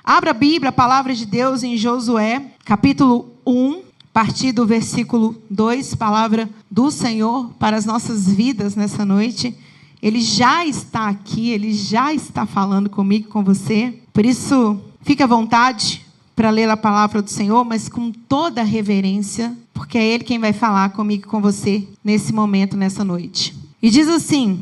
Abra a Bíblia, a palavra de Deus em Josué, capítulo 1, a partir do versículo 2, palavra do Senhor para as nossas vidas nessa noite. Ele já está aqui, Ele já está falando comigo, com você. Por isso, fique à vontade para ler a palavra do Senhor, mas com toda a reverência, porque é Ele quem vai falar comigo e com você nesse momento, nessa noite. E diz assim,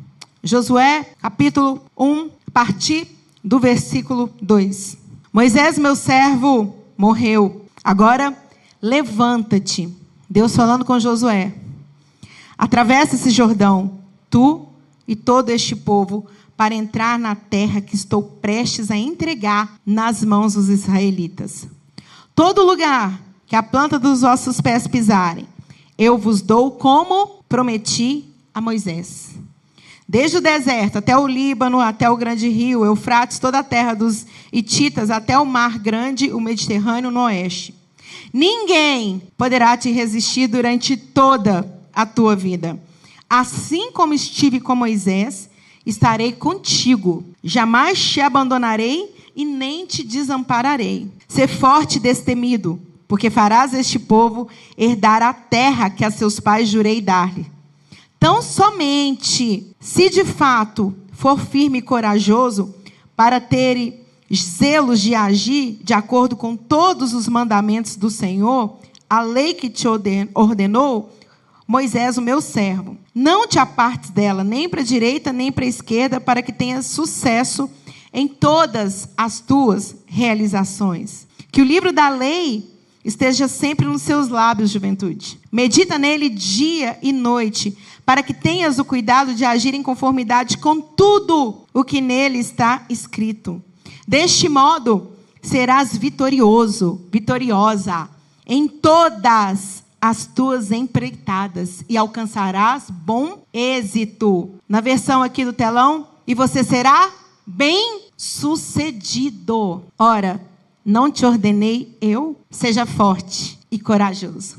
Josué, capítulo 1, a partir do versículo 2. Moisés, meu servo, morreu. Agora, levanta-te. Deus falando com Josué. Atravessa esse Jordão, tu e todo este povo, para entrar na terra que estou prestes a entregar nas mãos dos israelitas. Todo lugar que a planta dos vossos pés pisarem, eu vos dou como prometi a Moisés. Desde o deserto até o Líbano, até o grande rio Eufrates, toda a terra dos Hititas, até o mar grande, o Mediterrâneo no oeste. Ninguém poderá te resistir durante toda a tua vida. Assim como estive com Moisés, estarei contigo. Jamais te abandonarei e nem te desampararei. Sê forte e destemido, porque farás este povo herdar a terra que a seus pais jurei dar-lhe. Tão somente, se de fato for firme e corajoso, para ter zelos de agir de acordo com todos os mandamentos do Senhor, a lei que te ordenou, Moisés, o meu servo. Não te apartes dela, nem para a direita, nem para a esquerda, para que tenhas sucesso em todas as tuas realizações. Que o livro da lei esteja sempre nos seus lábios, juventude. Medita nele dia e noite, para que tenhas o cuidado de agir em conformidade com tudo o que nele está escrito. Deste modo, serás vitorioso, vitoriosa, em todas as tuas empreitadas, e alcançarás bom êxito. Na versão aqui do telão, e você será bem-sucedido. Ora, não te ordenei eu? Seja forte e corajoso.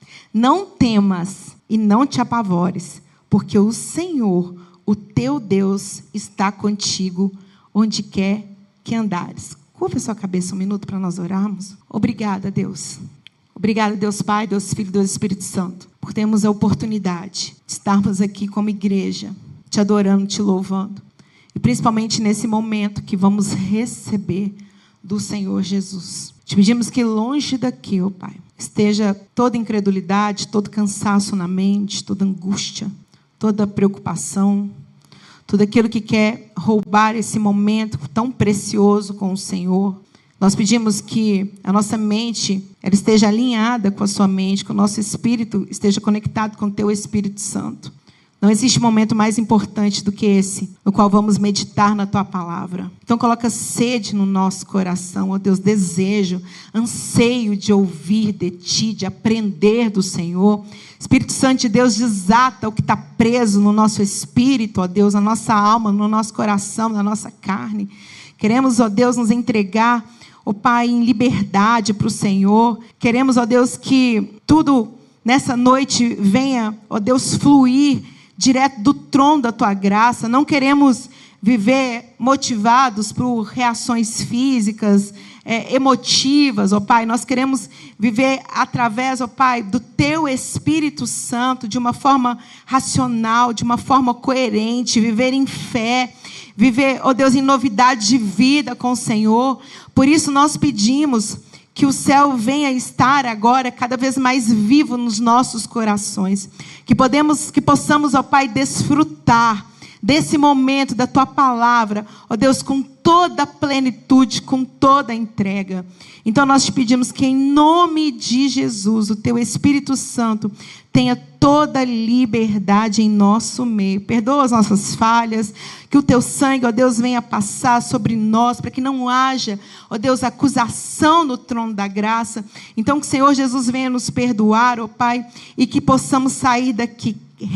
Não temas e não te apavores, porque o Senhor, o teu Deus, está contigo onde quer que andares. Curva sua cabeça um minuto para nós orarmos. Obrigada, Deus. Obrigada, Deus Pai, Deus Filho e Deus Espírito Santo, por termos a oportunidade de estarmos aqui como igreja, te adorando, te louvando. E principalmente nesse momento que vamos receber do Senhor Jesus. Te pedimos que longe daqui, ó Pai, esteja toda incredulidade, todo cansaço na mente, toda angústia, toda preocupação, tudo aquilo que quer roubar esse momento tão precioso com o Senhor. Nós pedimos que a nossa mente ela esteja alinhada com a sua mente, que o nosso espírito esteja conectado com o teu Espírito Santo. Não existe momento mais importante do que esse, no qual vamos meditar na tua palavra. Então coloca sede no nosso coração, ó Deus, desejo, anseio de ouvir de ti, de aprender do Senhor. Espírito Santo de Deus, desata o que está preso no nosso espírito, ó Deus, na nossa alma, no nosso coração, na nossa carne. Queremos, ó Deus, nos entregar, ó Pai, em liberdade para o Senhor. Queremos, ó Deus, que tudo nessa noite venha, ó Deus, fluir direto do trono da tua graça. Não queremos viver motivados por reações físicas, emotivas, ó Pai. Nós queremos viver através, ó Pai, do teu Espírito Santo, de uma forma racional, de uma forma coerente, viver em fé, viver, ó Deus, em novidade de vida com o Senhor. Por isso nós pedimos que o céu venha estar agora cada vez mais vivo nos nossos corações. Que possamos, ó Pai, desfrutar desse momento da tua palavra, ó Deus, com toda a plenitude, com toda a entrega. Então nós te pedimos que em nome de Jesus, o teu Espírito Santo tenha toda a liberdade em nosso meio. Perdoa as nossas falhas, que o teu sangue, ó Deus, venha passar sobre nós, para que não haja, ó Deus, acusação no trono da graça. Então que o Senhor Jesus venha nos perdoar, ó Pai, e que possamos sair daqui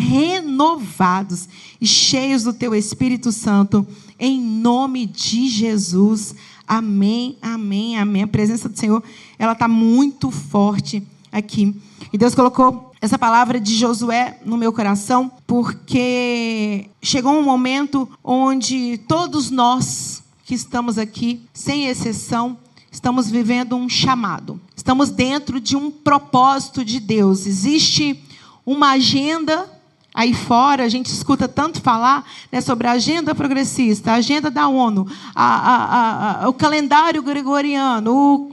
renovados e cheios do teu Espírito Santo, em nome de Jesus. Amém, amém, amém. A presença do Senhor, ela está muito forte aqui. E Deus colocou essa palavra de Josué no meu coração, porque chegou um momento onde todos nós que estamos aqui, sem exceção, estamos vivendo um chamado. Estamos dentro de um propósito de Deus. Existe uma agenda aí fora, a gente escuta tanto falar, né, sobre a agenda progressista, a agenda da ONU, o calendário gregoriano,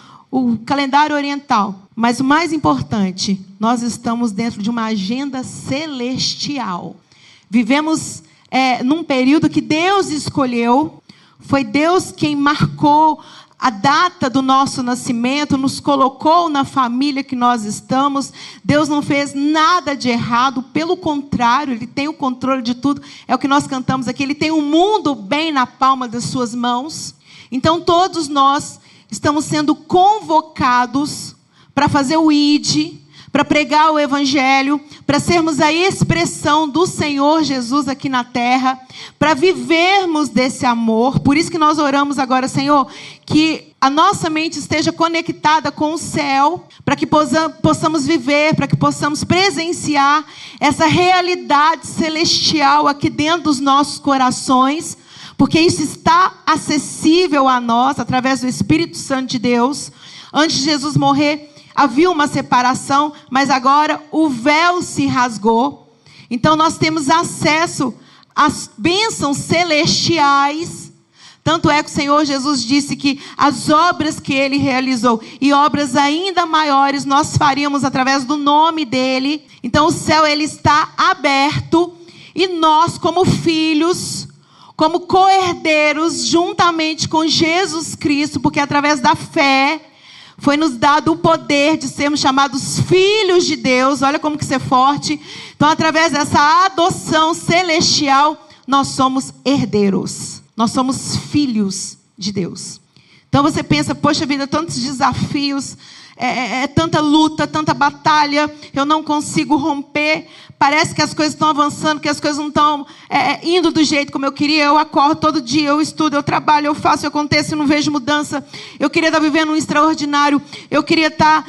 o calendário oriental. Mas o mais importante, nós estamos dentro de uma agenda celestial. Vivemos num período que Deus escolheu, foi Deus quem marcou a data do nosso nascimento, nos colocou na família que nós estamos. Deus não fez nada de errado, pelo contrário, Ele tem o controle de tudo. É o que nós cantamos aqui, Ele tem o mundo bem na palma das suas mãos. Então todos nós estamos sendo convocados para fazer o ID, para pregar o Evangelho, para sermos a expressão do Senhor Jesus aqui na terra, para vivermos desse amor. Por isso que nós oramos agora, Senhor, que a nossa mente esteja conectada com o céu, para que possamos viver, para que possamos presenciar essa realidade celestial aqui dentro dos nossos corações, porque isso está acessível a nós, através do Espírito Santo de Deus. Antes de Jesus morrer, havia uma separação, mas agora o véu se rasgou. Então nós temos acesso às bênçãos celestiais. Tanto é que o Senhor Jesus disse que as obras que Ele realizou e obras ainda maiores nós faríamos através do nome dEle. Então o céu ele está aberto e nós como filhos, como co-herdeiros juntamente com Jesus Cristo, porque através da fé foi nos dado o poder de sermos chamados filhos de Deus. Olha como que isso é forte. Então, através dessa adoção celestial, nós somos herdeiros. Nós somos filhos de Deus. Então, você pensa, poxa vida, tantos desafios, tanta luta, tanta batalha, eu não consigo romper. Parece que as coisas estão avançando, que as coisas não estão indo do jeito como eu queria. Eu acordo todo dia, eu estudo, eu trabalho, eu faço, eu aconteço, eu não vejo mudança. Eu queria estar vivendo um extraordinário. Eu queria estar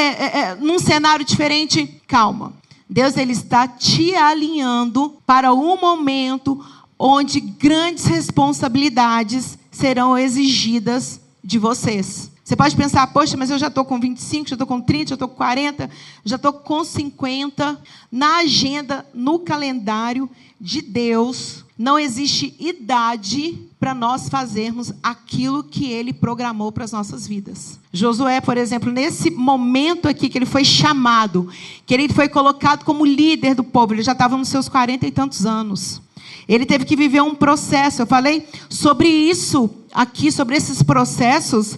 num cenário diferente. Calma. Deus ele está te alinhando para um momento onde grandes responsabilidades serão exigidas de vocês. Você pode pensar, poxa, mas eu já estou com 25, já estou com 30, já estou com 40, já estou com 50. Na agenda, no calendário de Deus, não existe idade para nós fazermos aquilo que Ele programou para as nossas vidas. Josué, por exemplo, nesse momento aqui que ele foi chamado, que ele foi colocado como líder do povo, ele já estava nos seus 40 e tantos anos. Ele teve que viver um processo. Eu falei sobre isso aqui, sobre esses processos,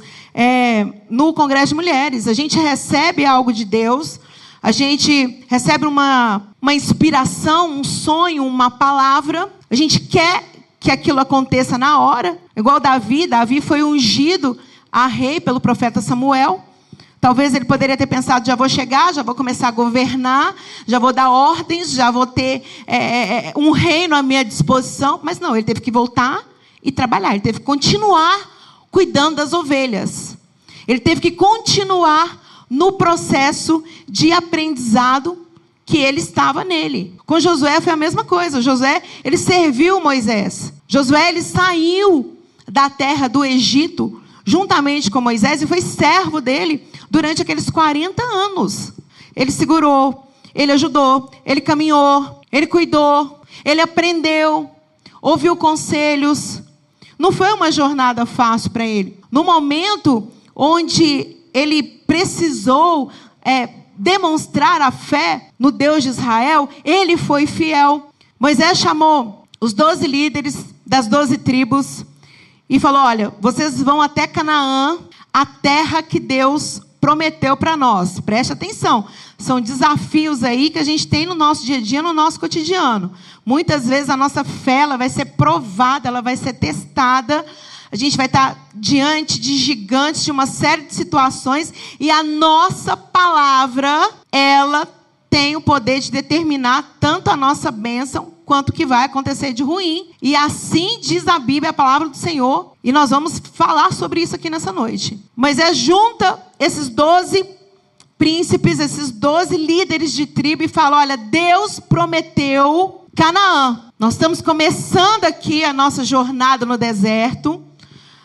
no Congresso de Mulheres. A gente recebe algo de Deus, a gente recebe uma inspiração, um sonho, uma palavra. A gente quer que aquilo aconteça na hora. Igual Davi foi ungido a rei pelo profeta Samuel. Talvez ele poderia ter pensado, já vou chegar, já vou começar a governar, já vou dar ordens, já vou ter um reino à minha disposição. Mas não, ele teve que voltar e trabalhar. Ele teve que continuar cuidando das ovelhas. Ele teve que continuar no processo de aprendizado que ele estava nele. Com Josué foi a mesma coisa. Josué, ele serviu Moisés. Josué, ele saiu da terra do Egito juntamente com Moisés e foi servo dele durante aqueles 40 anos. Ele segurou, ele ajudou, ele caminhou, ele cuidou, ele aprendeu, ouviu conselhos. Não foi uma jornada fácil para ele. No momento onde ele precisou demonstrar a fé no Deus de Israel, ele foi fiel. Moisés chamou os 12 líderes das 12 tribos e falou, olha, vocês vão até Canaã, a terra que Deus prometeu para nós. Preste atenção. São desafios aí que a gente tem no nosso dia a dia, no nosso cotidiano. Muitas vezes a nossa fé ela vai ser provada, ela vai ser testada. A gente vai estar diante de gigantes, de uma série de situações. E a nossa palavra, ela tem o poder de determinar tanto a nossa bênção quanto o que vai acontecer de ruim. E assim diz a Bíblia, a palavra do Senhor. E nós vamos falar sobre isso aqui nessa noite. Moisés junta esses 12 príncipes, esses 12 líderes de tribo e fala, olha, Deus prometeu Canaã. Nós estamos começando aqui a nossa jornada no deserto.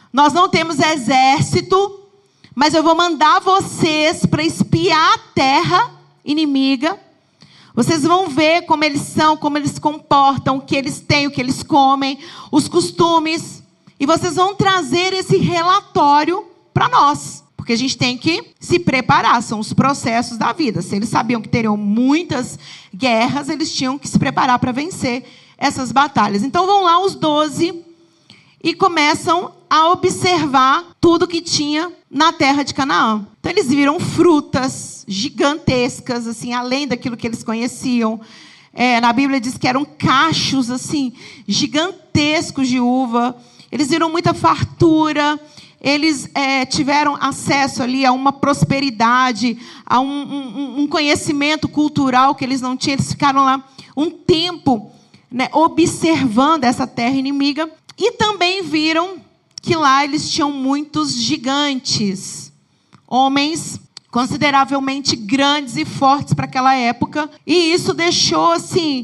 nós não temos exército, mas eu vou mandar vocês para espiar a terra inimiga. Vocês vão ver como eles são, como eles se comportam, o que eles têm, o que eles comem, os costumes. E vocês vão trazer esse relatório para nós. Porque a gente tem que se preparar, são os processos da vida. Se eles sabiam que teriam muitas guerras, eles tinham que se preparar para vencer essas batalhas. Então vão lá os 12 e começam a observar tudo que tinha na terra de Canaã. Então eles viram frutas gigantescas, assim, além daquilo que eles conheciam. Na Bíblia diz que eram cachos assim, gigantescos de uva. Eles viram muita fartura. Eles tiveram acesso ali a uma prosperidade, a um conhecimento cultural que eles não tinham. Eles ficaram lá um tempo, né, observando essa terra inimiga. E também viram que lá eles tinham muitos gigantes, homens consideravelmente grandes e fortes para aquela época. E isso deixou assim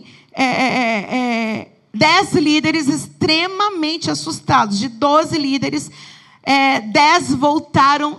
10 líderes extremamente assustados. De 12 líderes, 10 voltaram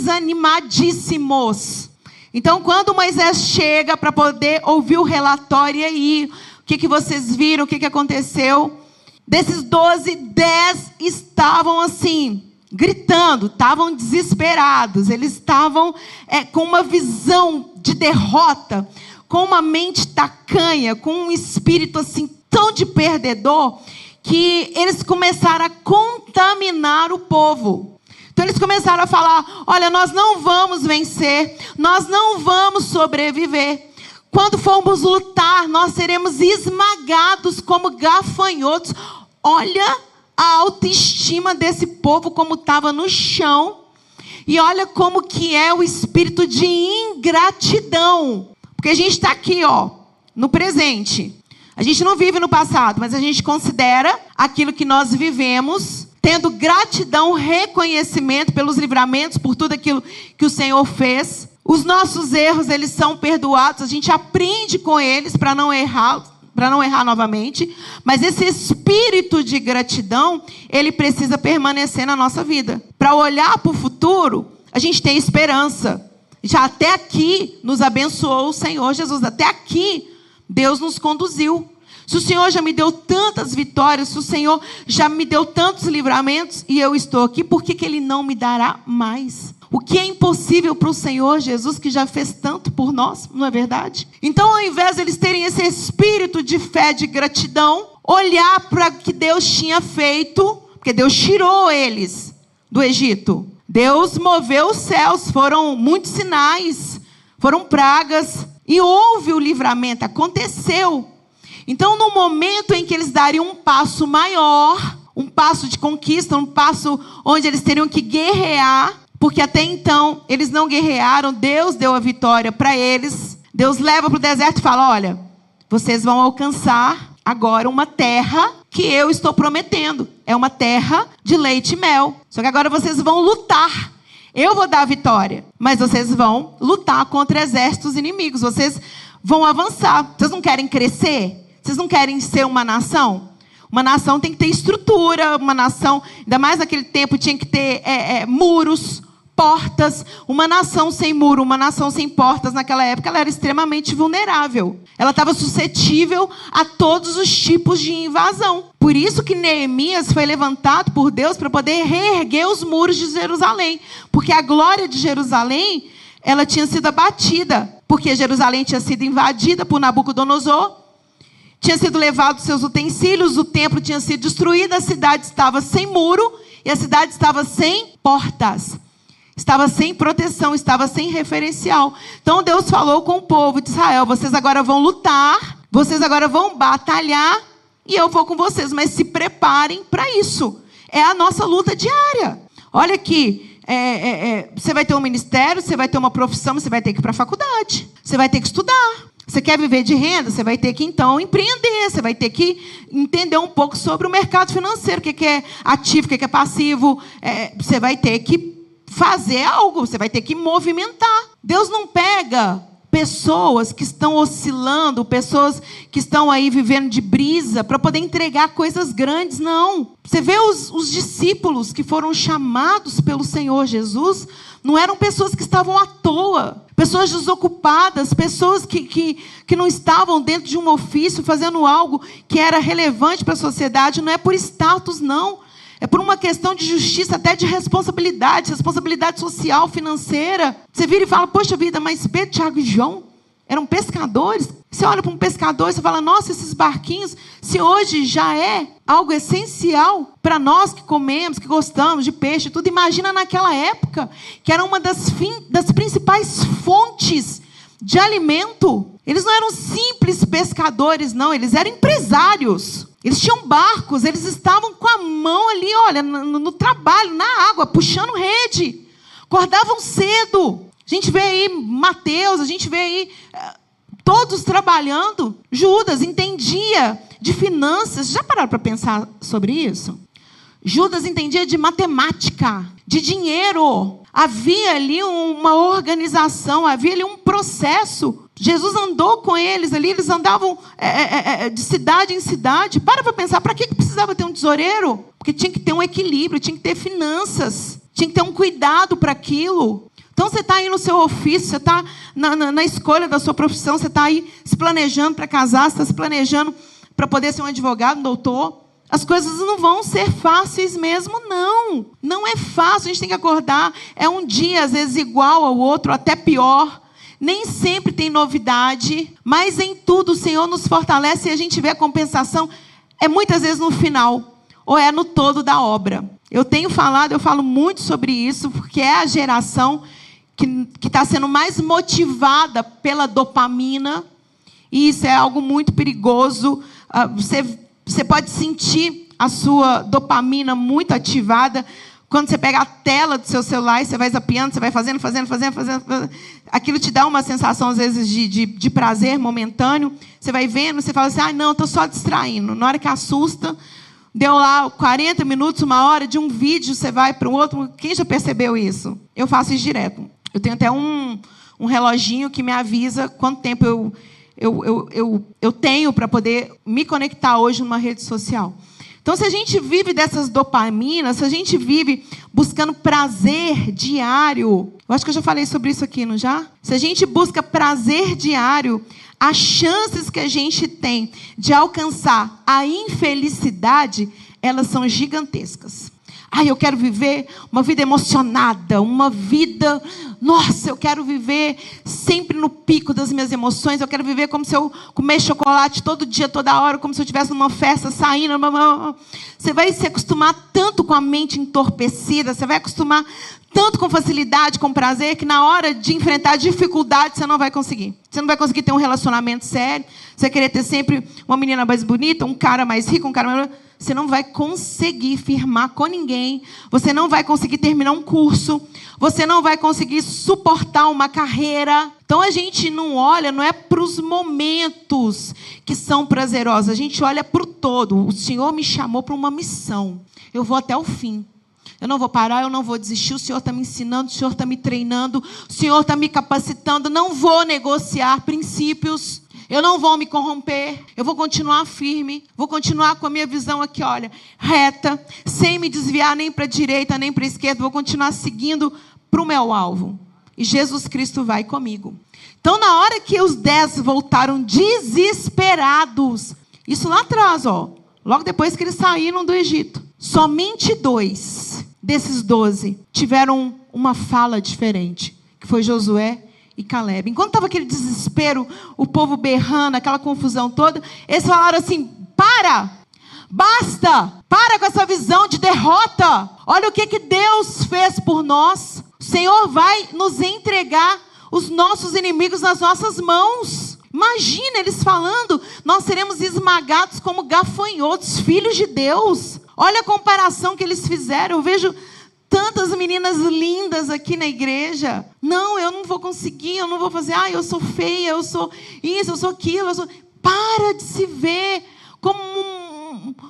desanimadíssimos. Então, quando Moisés chega para poder ouvir o relatório, e aí, o que vocês viram, o que aconteceu? Desses 12, 10 estavam assim, gritando, estavam desesperados. Eles estavam com uma visão de derrota, com uma mente tacanha, com um espírito assim tão de perdedor, que eles começaram a contaminar o povo. Então eles começaram a falar: olha, nós não vamos vencer, nós não vamos sobreviver. Quando formos lutar, nós seremos esmagados como gafanhotos. Olha a autoestima desse povo como estava no chão. E olha como que é o espírito de ingratidão. Porque a gente está aqui, no presente. A gente não vive no passado, mas a gente considera aquilo que nós vivemos, tendo gratidão, reconhecimento pelos livramentos, por tudo aquilo que o Senhor fez. Os nossos erros, eles são perdoados, a gente aprende com eles para não errar novamente. Mas esse espírito de gratidão, ele precisa permanecer na nossa vida. Para olhar para o futuro, a gente tem esperança. Já até aqui nos abençoou o Senhor Jesus, até aqui Deus nos conduziu. Se o Senhor já me deu tantas vitórias, se o Senhor já me deu tantos livramentos e eu estou aqui, por que Ele não me dará mais? O que é impossível para o Senhor Jesus, que já fez tanto por nós, não é verdade? Então, ao invés de eles terem esse espírito de fé, de gratidão, olhar para o que Deus tinha feito, porque Deus tirou eles do Egito. Deus moveu os céus, foram muitos sinais, foram pragas, e houve o livramento, aconteceu. Então, no momento em que eles dariam um passo maior, um passo de conquista, um passo onde eles teriam que guerrear, porque até então eles não guerrearam, Deus deu a vitória para eles. Deus leva para o deserto e fala: olha, vocês vão alcançar agora uma terra que eu estou prometendo. É uma terra de leite e mel. Só que agora vocês vão lutar. Eu vou dar a vitória, mas vocês vão lutar contra exércitos inimigos. Vocês vão avançar. Vocês não querem crescer? Vocês não querem ser uma nação? Uma nação tem que ter estrutura. Uma nação, ainda mais naquele tempo, tinha que ter muros, portas. Uma nação sem muro, uma nação sem portas, naquela época, ela era extremamente vulnerável. Ela estava suscetível a todos os tipos de invasão. Por isso que Neemias foi levantado por Deus para poder reerguer os muros de Jerusalém. Porque a glória de Jerusalém, ela tinha sido abatida. Porque Jerusalém tinha sido invadida por Nabucodonosor. Tinha sido levado seus utensílios, o templo tinha sido destruído, a cidade estava sem muro e a cidade estava sem portas. Estava sem proteção, estava sem referencial. Então Deus falou com o povo de Israel: vocês agora vão lutar, vocês agora vão batalhar e eu vou com vocês, mas se preparem para isso. É a nossa luta diária. Olha aqui, você vai ter um ministério, você vai ter uma profissão, você vai ter que ir para a faculdade, você vai ter que estudar. Você quer viver de renda? Você vai ter que, então, empreender. Você vai ter que entender um pouco sobre o mercado financeiro. O que é ativo, o que é passivo. Você vai ter que fazer algo. Você vai ter que movimentar. Deus não pega pessoas que estão oscilando, pessoas que estão aí vivendo de brisa para poder entregar coisas grandes, não. Você vê os discípulos que foram chamados pelo Senhor Jesus, não eram pessoas que estavam à toa, pessoas desocupadas, pessoas que não estavam dentro de um ofício, fazendo algo que era relevante para a sociedade. Não é por status, não. É por uma questão de justiça, até de responsabilidade social, financeira. Você vira e fala, poxa vida, mas Pedro, Tiago e João eram pescadores. Você olha para um pescador e você fala, nossa, esses barquinhos, se hoje já é algo essencial para nós que comemos, que gostamos de peixe, tudo, imagina naquela época, que era uma das principais fontes de alimento. Eles não eram simples pescadores, não, eles eram empresários. Eles tinham barcos, eles estavam com a mão ali, olha, no trabalho, na água, puxando rede. Acordavam cedo. A gente vê aí Mateus, a gente vê aí todos trabalhando. Judas entendia de finanças. Já pararam para pensar sobre isso? Judas entendia de matemática, de dinheiro. Havia ali uma organização, havia ali um processo. Jesus andou com eles ali, eles andavam de cidade em cidade. Para pensar, para que precisava ter um tesoureiro? Porque tinha que ter um equilíbrio, tinha que ter finanças, tinha que ter um cuidado para aquilo. Então você está aí no seu ofício, você está na escolha da sua profissão, você está aí se planejando para casar, você está se planejando para poder ser um advogado, um doutor. As coisas não vão ser fáceis mesmo, não. Não é fácil, a gente tem que acordar. É um dia, às vezes, igual ao outro, até pior. Nem sempre tem novidade, mas em tudo o Senhor nos fortalece e a gente vê a compensação, muitas vezes no final, ou é no todo da obra. Eu falo muito sobre isso, porque é a geração que está sendo mais motivada pela dopamina, e isso é algo muito perigoso. Você pode sentir a sua dopamina muito ativada quando você pega a tela do seu celular e você vai zapeando, você vai fazendo. Aquilo te dá uma sensação, às vezes, de prazer momentâneo. Você vai vendo, você fala assim, não, estou só distraindo. Na hora que assusta, deu lá 40 minutos, 1 hora de um vídeo, você vai para o outro. Quem já percebeu isso? Eu faço isso direto. Eu tenho até um reloginho que me avisa quanto tempo eu tenho para poder me conectar hoje numa rede social. Então, se a gente vive dessas dopaminas, se a gente vive buscando prazer diário, eu acho que eu já falei sobre isso aqui, não já? Se a gente busca prazer diário, as chances que a gente tem de alcançar a infelicidade, elas são gigantescas. Eu quero viver uma vida emocionada, uma vida... Nossa, eu quero viver sempre no pico das minhas emoções. Eu quero viver como se eu comesse chocolate todo dia, toda hora, como se eu estivesse numa festa, saindo. Você vai se acostumar tanto com a mente entorpecida, você vai acostumar tanto com facilidade, com prazer, que na hora de enfrentar dificuldade, você não vai conseguir. Você não vai conseguir ter um relacionamento sério. Você vai querer ter sempre uma menina mais bonita, um cara mais rico, um cara mais... Você não vai conseguir firmar com ninguém. Você não vai conseguir terminar um curso. Você não vai conseguir suportar uma carreira. Então, a gente não olha, não é para os momentos que são prazerosos. A gente olha para o todo. O Senhor me chamou para uma missão. Eu vou até o fim. Eu não vou parar, eu não vou desistir. O Senhor está me ensinando, o Senhor está me treinando. O Senhor está me capacitando. Não vou negociar princípios. Eu não vou me corromper, eu vou continuar firme, vou continuar com a minha visão aqui, olha, reta, sem me desviar nem para a direita, nem para a esquerda, vou continuar seguindo para o meu alvo. E Jesus Cristo vai comigo. Então, na hora que os 10 voltaram desesperados, isso lá atrás, logo depois que eles saíram do Egito, somente 2 desses 12 tiveram uma fala diferente, que foi Josué e Caleb. Enquanto estava aquele desespero, o povo berrando, aquela confusão toda, eles falaram assim, basta, para com essa visão de derrota. Olha o que Deus fez por nós. O Senhor vai nos entregar os nossos inimigos nas nossas mãos. Imagina eles falando, nós seremos esmagados como gafanhotos, filhos de Deus. Olha a comparação que eles fizeram. Eu vejo tantas meninas lindas aqui na igreja. Não, eu não vou conseguir, eu não vou fazer. Eu sou feia, eu sou isso, eu sou aquilo. Para de se ver como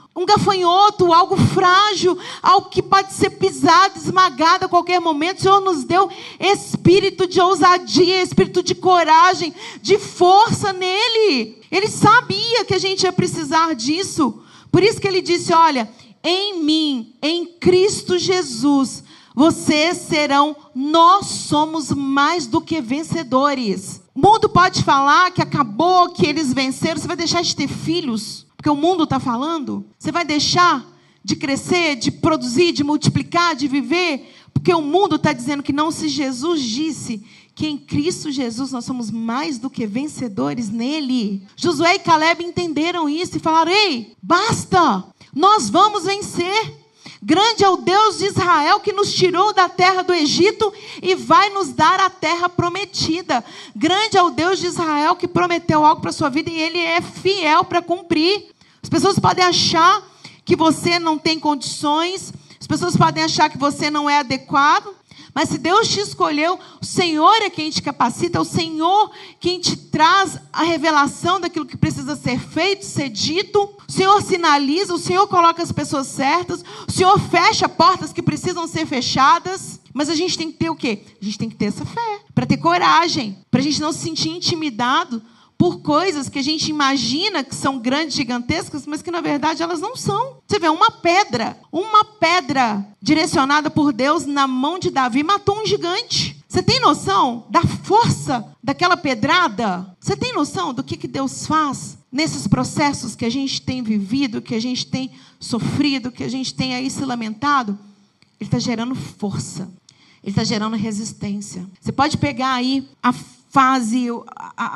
um gafanhoto, algo frágil, algo que pode ser pisado, esmagado a qualquer momento. O Senhor nos deu espírito de ousadia, espírito de coragem, de força nele. Ele sabia que a gente ia precisar disso. Por isso que ele disse, olha, em mim, em Cristo Jesus, vocês serão, nós somos mais do que vencedores. O mundo pode falar que acabou, que eles venceram. Você vai deixar de ter filhos? Porque o mundo está falando? Você vai deixar de crescer, de produzir, de multiplicar, de viver? Porque o mundo está dizendo que não. Se Jesus disse que em Cristo Jesus nós somos mais do que vencedores nele. Josué e Caleb entenderam isso e falaram, ei, basta, nós vamos vencer. Grande é o Deus de Israel que nos tirou da terra do Egito e vai nos dar a terra prometida. Grande é o Deus de Israel que prometeu algo para a sua vida e Ele é fiel para cumprir. As pessoas podem achar que você não tem condições, as pessoas podem achar que você não é adequado, mas se Deus te escolheu, o Senhor é quem te capacita, o Senhor quem te traz a revelação daquilo que precisa ser feito, ser dito. O Senhor sinaliza, o Senhor coloca as pessoas certas, o Senhor fecha portas que precisam ser fechadas. Mas a gente tem que ter o quê? A gente tem que ter essa fé, para ter coragem, para a gente não se sentir intimidado por coisas que a gente imagina que são grandes, gigantescas, mas que na verdade elas não são. Você vê, uma pedra direcionada por Deus na mão de Davi matou um gigante. Você tem noção da força daquela pedrada? Você tem noção do que Deus faz nesses processos que a gente tem vivido, que a gente tem sofrido, que a gente tem aí se lamentado? Ele está gerando força, ele está gerando resistência. Você pode pegar aí a fase, o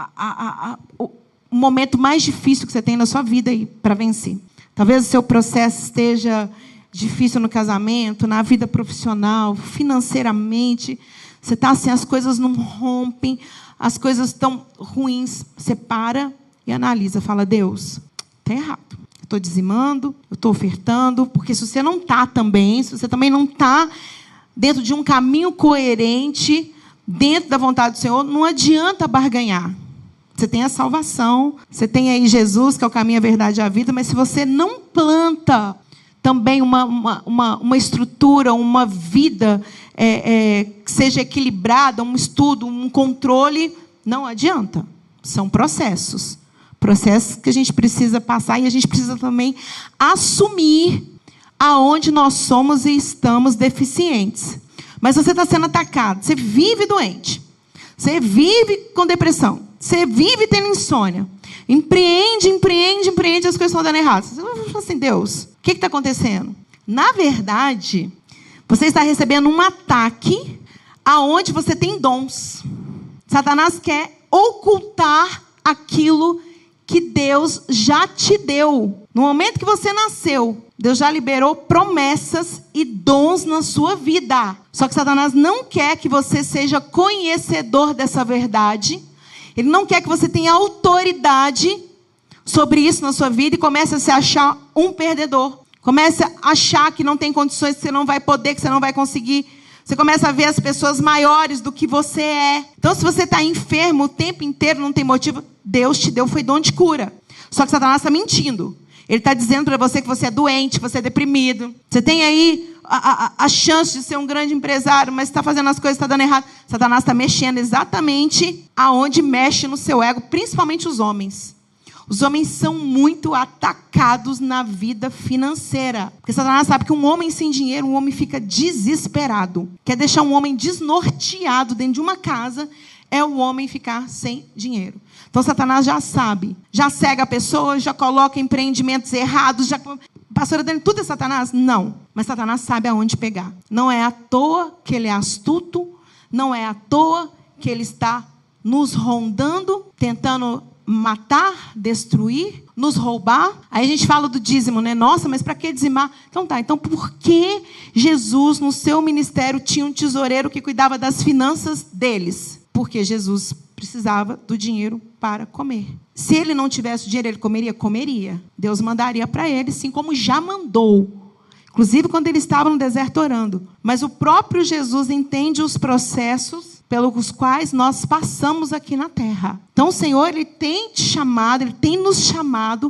momento mais difícil que você tem na sua vida aí para vencer. Talvez o seu processo esteja difícil no casamento, na vida profissional, financeiramente. Você está assim, as coisas não rompem, as coisas estão ruins. Você para e analisa, fala, Deus, está errado. Eu estou dizimando, eu estou ofertando, porque se você não está também, se você também não está dentro de um caminho coerente, dentro da vontade do Senhor, não adianta barganhar. Você tem a salvação, você tem aí Jesus, que é o caminho, a verdade e a vida, mas se você não planta também uma estrutura, uma vida que seja equilibrada, um estudo, um controle, não adianta. São processos que a gente precisa passar e a gente precisa também assumir aonde nós somos e estamos deficientes. Mas você está sendo atacado, você vive doente, você vive com depressão, você vive tendo insônia, empreende, as coisas estão dando errado. Você vai falar assim, Deus, o que está acontecendo? Na verdade, você está recebendo um ataque aonde você tem dons. Satanás quer ocultar aquilo que Deus já te deu. No momento que você nasceu, Deus já liberou promessas e dons na sua vida. Só que Satanás não quer que você seja conhecedor dessa verdade. Ele não quer que você tenha autoridade sobre isso na sua vida e comece a se achar um perdedor. Comece a achar que não tem condições, que você não vai poder, que você não vai conseguir. Você começa a ver as pessoas maiores do que você é. Então, se você está enfermo o tempo inteiro, não tem motivo, Deus te deu, foi dom de cura. Só que Satanás está mentindo. Ele está dizendo para você que você é doente, que você é deprimido. Você tem aí a chance de ser um grande empresário, mas está fazendo as coisas, está dando errado. Satanás está mexendo exatamente aonde mexe no seu ego, principalmente os homens. Os homens são muito atacados na vida financeira. Porque Satanás sabe que um homem sem dinheiro, um homem fica desesperado. Quer deixar um homem desnorteado dentro de uma casa, é o homem ficar sem dinheiro. Então Satanás já sabe, já cega a pessoa, já coloca empreendimentos errados. Pastora Dani, tudo é Satanás? Não. Mas Satanás sabe aonde pegar. Não é à toa que ele é astuto, não é à toa que ele está nos rondando, tentando matar, destruir, nos roubar. Aí a gente fala do dízimo, né? Nossa, mas para que dizimar? Então tá, então por que Jesus no seu ministério tinha um tesoureiro que cuidava das finanças deles? Porque Jesus precisava do dinheiro para comer. Se ele não tivesse o dinheiro, ele comeria? Comeria. Deus mandaria para ele, assim como já mandou. Inclusive quando ele estava no deserto orando. Mas o próprio Jesus entende os processos pelos quais nós passamos aqui na terra. Então o Senhor, Ele tem te chamado, Ele tem nos chamado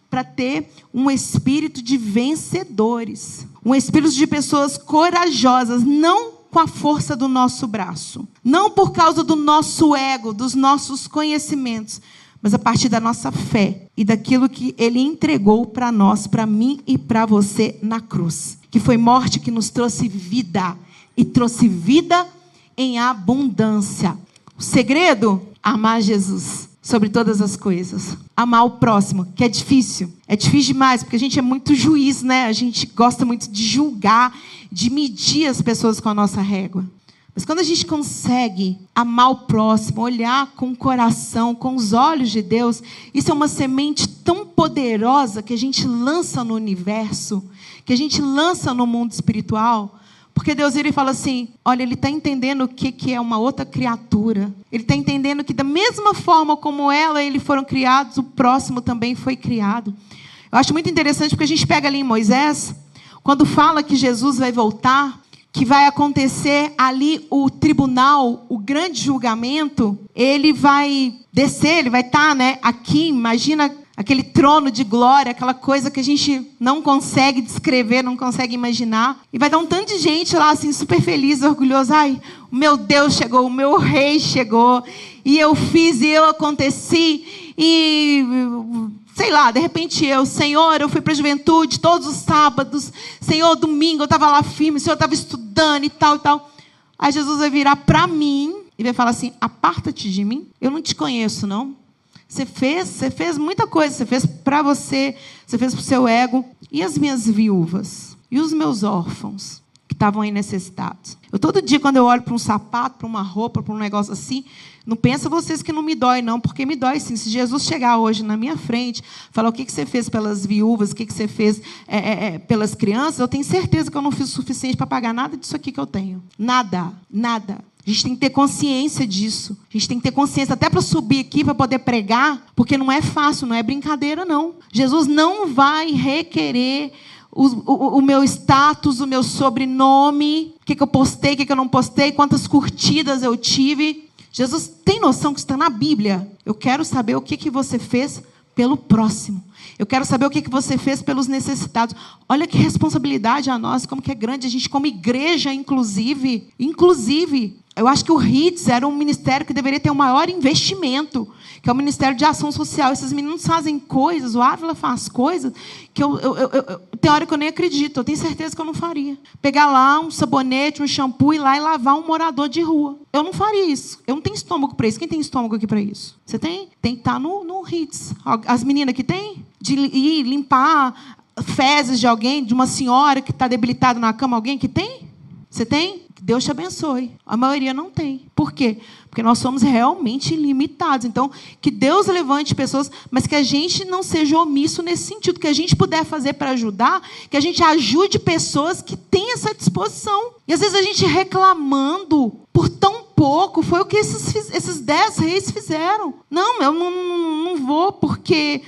para ter um espírito de vencedores. Um espírito de pessoas corajosas, não com a força do nosso braço, não por causa do nosso ego, dos nossos conhecimentos, mas a partir da nossa fé e daquilo que Ele entregou para nós, para mim e para você na cruz. Que foi morte que nos trouxe vida, e trouxe vida em abundância. O segredo? Amar Jesus sobre todas as coisas. Amar o próximo, que é difícil. É difícil demais, porque a gente é muito juiz, né? A gente gosta muito de julgar, de medir as pessoas com a nossa régua. Mas quando a gente consegue amar o próximo, olhar com o coração, com os olhos de Deus, isso é uma semente tão poderosa que a gente lança no universo, que a gente lança no mundo espiritual. Porque Deus ele fala assim, olha, Ele está entendendo o que é uma outra criatura. Ele está entendendo que da mesma forma como ela e ele foram criados, o próximo também foi criado. Eu acho muito interessante porque a gente pega ali em Moisés, quando fala que Jesus vai voltar, que vai acontecer ali o tribunal, o grande julgamento, ele vai descer, ele vai estar, né, aqui, imagina aquele trono de glória, aquela coisa que a gente não consegue descrever, não consegue imaginar. E vai dar um tanto de gente lá, assim, super feliz, orgulhoso. Ai, o meu Deus chegou, o meu rei chegou. E eu fiz, e eu aconteci. E, sei lá, de repente Senhor, eu fui para a juventude todos os sábados. Senhor, domingo eu estava lá firme, o Senhor estava estudando e tal, e tal. Aí Jesus vai virar para mim e vai falar assim, aparta-te de mim, eu não te conheço, não. Você fez muita coisa, você fez para você fez para o seu ego. E as minhas viúvas? E os meus órfãos que estavam aí necessitados? Eu todo dia, quando eu olho para um sapato, para uma roupa, para um negócio assim, não pensa vocês que não me dói, não, porque me dói sim. Se Jesus chegar hoje na minha frente, falar o que você fez pelas viúvas, o que você fez pelas crianças, eu tenho certeza que eu não fiz o suficiente para pagar nada disso aqui que eu tenho. Nada, nada. A gente tem que ter consciência disso. A gente tem que ter consciência até para subir aqui, para poder pregar, porque não é fácil, não é brincadeira, não. Jesus não vai requerer o meu status, o meu sobrenome, o que eu postei, o que eu não postei, quantas curtidas eu tive. Jesus tem noção que está na Bíblia. Eu quero saber o que você fez pelo próximo. Eu quero saber o que você fez pelos necessitados. Olha que responsabilidade a nós, como que é grande. A gente como igreja, inclusive, eu acho que o HITS era um ministério que deveria ter um maior investimento, que é o Ministério de Ação Social. Esses meninos fazem coisas, o Ávila faz coisas, que tem hora que eu nem acredito, eu tenho certeza que eu não faria. Pegar lá um sabonete, um shampoo, ir lá e lavar um morador de rua. Eu não faria isso. Eu não tenho estômago para isso. Quem tem estômago aqui para isso? Você tem? Tem que estar no HITS. As meninas que têm? De ir limpar fezes de alguém, de uma senhora que está debilitada na cama, alguém que tem? Você tem? Que Deus te abençoe. A maioria não tem. Por quê? Porque nós somos realmente limitados. Então, que Deus levante pessoas, mas que a gente não seja omisso nesse sentido. Que a gente puder fazer para ajudar, que a gente ajude pessoas que têm essa disposição. E às vezes a gente reclamando por tão pouco, foi o que esses 10 reis fizeram. Não, eu não vou porque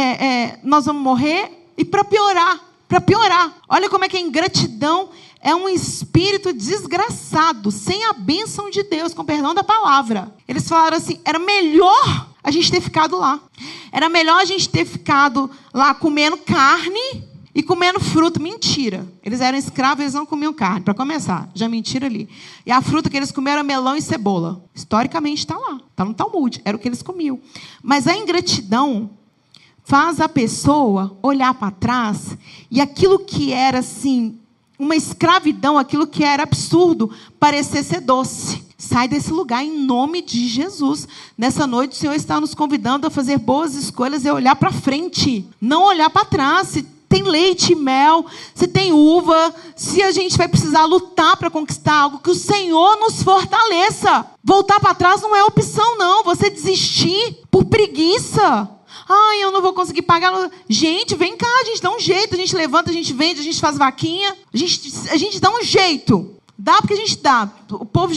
nós vamos morrer. E para piorar, olha como é que a ingratidão é um espírito desgraçado, sem a bênção de Deus, com perdão da palavra. Eles falaram assim, era melhor a gente ter ficado lá. Era melhor a gente ter ficado lá comendo carne e comendo fruta. Mentira. Eles eram escravos, eles não comiam carne, para começar. Já mentira ali. E a fruta que eles comeram era melão e cebola. Historicamente está lá. Está no Talmud. Era o que eles comiam. Mas a ingratidão faz a pessoa olhar para trás e aquilo que era assim, uma escravidão, aquilo que era absurdo, parecer ser doce. Sai desse lugar em nome de Jesus. Nessa noite o Senhor está nos convidando a fazer boas escolhas e olhar para frente, não olhar para trás. Se tem leite e mel, se tem uva, se a gente vai precisar lutar para conquistar algo, que o Senhor nos fortaleça. Voltar para trás não é opção, não. Você desistir por preguiça. Ai, eu não vou conseguir pagar. Gente, vem cá, a gente dá um jeito. A gente levanta, a gente vende, a gente faz vaquinha. A gente dá um jeito. Dá porque a gente dá. O povo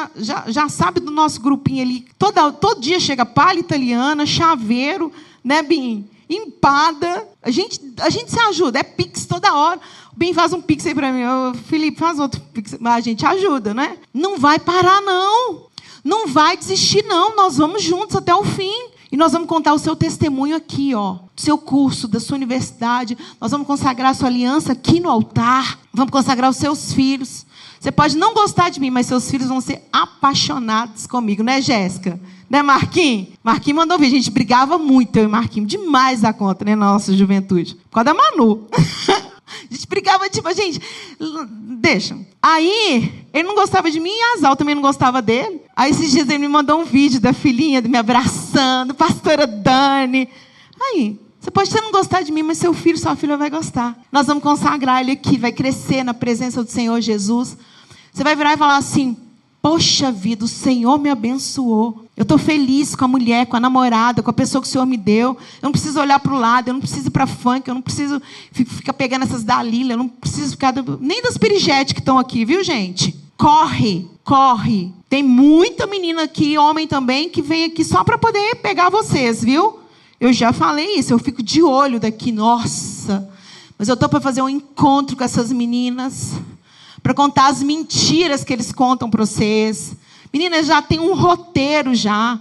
já sabe do nosso grupinho ali. Todo dia chega palha italiana, chaveiro, né, Bim? Empada. A gente se ajuda. É pix toda hora. O Bim faz um pix aí para mim. O Felipe faz outro pix. Mas a gente ajuda, né? Não vai parar, não. Não vai desistir, não. Nós vamos juntos até o fim. E nós vamos contar o seu testemunho aqui, ó, do seu curso, da sua universidade. Nós vamos consagrar a sua aliança aqui no altar. Vamos consagrar os seus filhos. Você pode não gostar de mim, mas seus filhos vão ser apaixonados comigo, né, Jéssica? Né, Marquinhos? Marquinhos mandou vir. A gente brigava muito, eu e Marquinhos, demais da conta, né, na nossa juventude. Por causa da Manu. A gente brigava, tipo, gente, deixa. Aí, ele não gostava de mim e a Azal também não gostava dele. Aí, esses dias, ele me mandou um vídeo da filhinha me abraçando, pastora Dani. Aí, você pode até não gostar de mim, mas seu filho, sua filha vai gostar. Nós vamos consagrar ele aqui, vai crescer na presença do Senhor Jesus. Você vai virar e falar assim, poxa vida, o Senhor me abençoou. Eu estou feliz com a mulher, com a namorada, com a pessoa que o Senhor me deu. Eu não preciso olhar para o lado, eu não preciso ir para funk, eu não preciso ficar pegando essas Dalila, eu não preciso ficar... Nem das piriguetes que estão aqui, viu, gente? Corre, corre. Tem muita menina aqui, homem também, que vem aqui só para poder pegar vocês, viu? Eu já falei isso, eu fico de olho daqui, nossa. Mas eu estou para fazer um encontro com essas meninas, para contar as mentiras que eles contam para vocês. Meninas, já tem um roteiro já.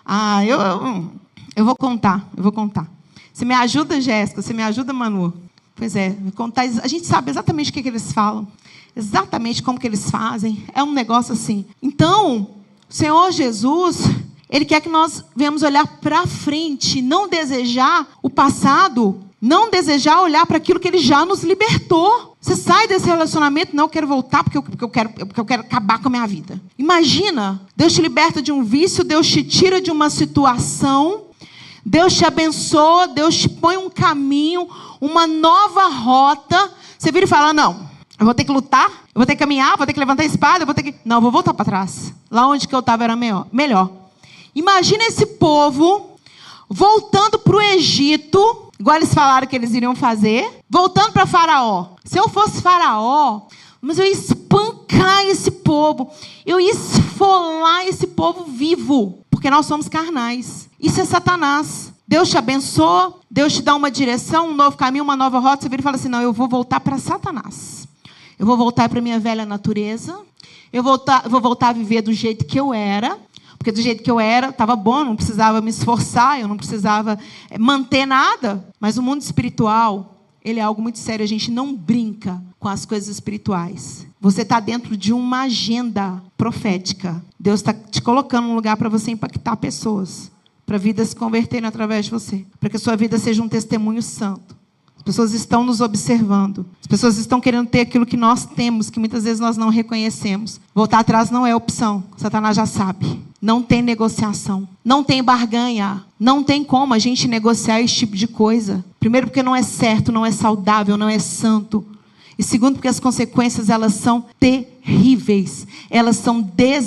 Eu vou contar. Você me ajuda, Jéssica? Você me ajuda, Manu? Pois é, me contar. A gente sabe exatamente o que eles falam. Exatamente como que eles fazem. É um negócio assim. Então, o Senhor Jesus, Ele quer que nós venhamos olhar para frente, não desejar o passado, não desejar olhar para aquilo que Ele já nos libertou. Você sai desse relacionamento, não, eu quero voltar porque eu quero acabar com a minha vida. Imagina, Deus te liberta de um vício, Deus te tira de uma situação, Deus te abençoa, Deus te põe um caminho, uma nova rota. Você vira e fala, não, eu vou ter que lutar, eu vou ter que caminhar, vou ter que levantar a espada, Não, eu vou voltar para trás. Lá onde que eu estava era melhor. Imagina esse povo voltando para o Egito, igual eles falaram que eles iriam fazer, voltando para Faraó. Se eu fosse Faraó, mas eu ia espancar esse povo, eu ia esfolar esse povo vivo, porque nós somos carnais. Isso é Satanás. Deus te abençoa, Deus te dá uma direção, um novo caminho, uma nova rota. Você vira e fala assim, não, eu vou voltar para Satanás. Eu vou voltar para a minha velha natureza. Eu vou voltar a viver do jeito que eu era. Porque do jeito que eu era, estava bom, não precisava me esforçar, eu não precisava manter nada. Mas o mundo espiritual, ele é algo muito sério. A gente não brinca com as coisas espirituais. Você está dentro de uma agenda profética. Deus está te colocando num lugar para você impactar pessoas. Para a vida se converterem através de você. Para que a sua vida seja um testemunho santo. As pessoas estão nos observando. As pessoas estão querendo ter aquilo que nós temos, que muitas vezes nós não reconhecemos. Voltar atrás não é opção. Satanás já sabe. Não tem negociação. Não tem barganha. Não tem como a gente negociar esse tipo de coisa. Primeiro, porque não é certo, não é saudável, não é santo. E segundo, porque as consequências, elas são terríveis. Elas são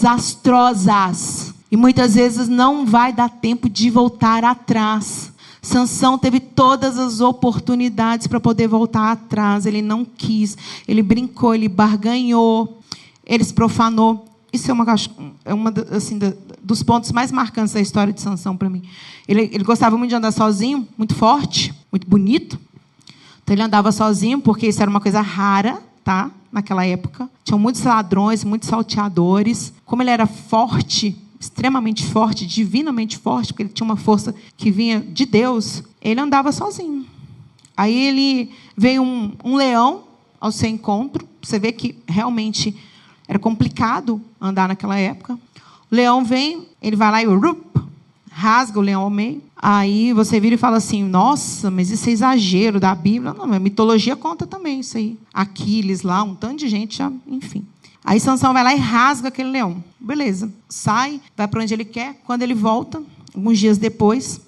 desastrosas. E muitas vezes não vai dar tempo de voltar atrás. Sansão teve todas as oportunidades para poder voltar atrás. Ele não quis. Ele brincou, ele barganhou. Ele se profanou. Isso é uma assim, dos pontos mais marcantes da história de Sansão para mim. Ele gostava muito de andar sozinho, muito forte, muito bonito. Então ele andava sozinho, porque isso era uma coisa rara, tá? Naquela época. Tinham muitos ladrões, muitos salteadores. Como ele era forte, extremamente forte, divinamente forte, porque ele tinha uma força que vinha de Deus, ele andava sozinho. Aí ele veio um leão ao seu encontro. Você vê que realmente era complicado andar naquela época. O leão vem, ele vai lá e rasga o leão ao meio. Aí você vira e fala assim, nossa, mas isso é exagero da Bíblia. Não, a mitologia conta também isso aí. Aquiles lá, um tanto de gente já, enfim. Aí Sansão vai lá e rasga aquele leão. Beleza, sai, vai para onde ele quer. Quando ele volta, alguns dias depois,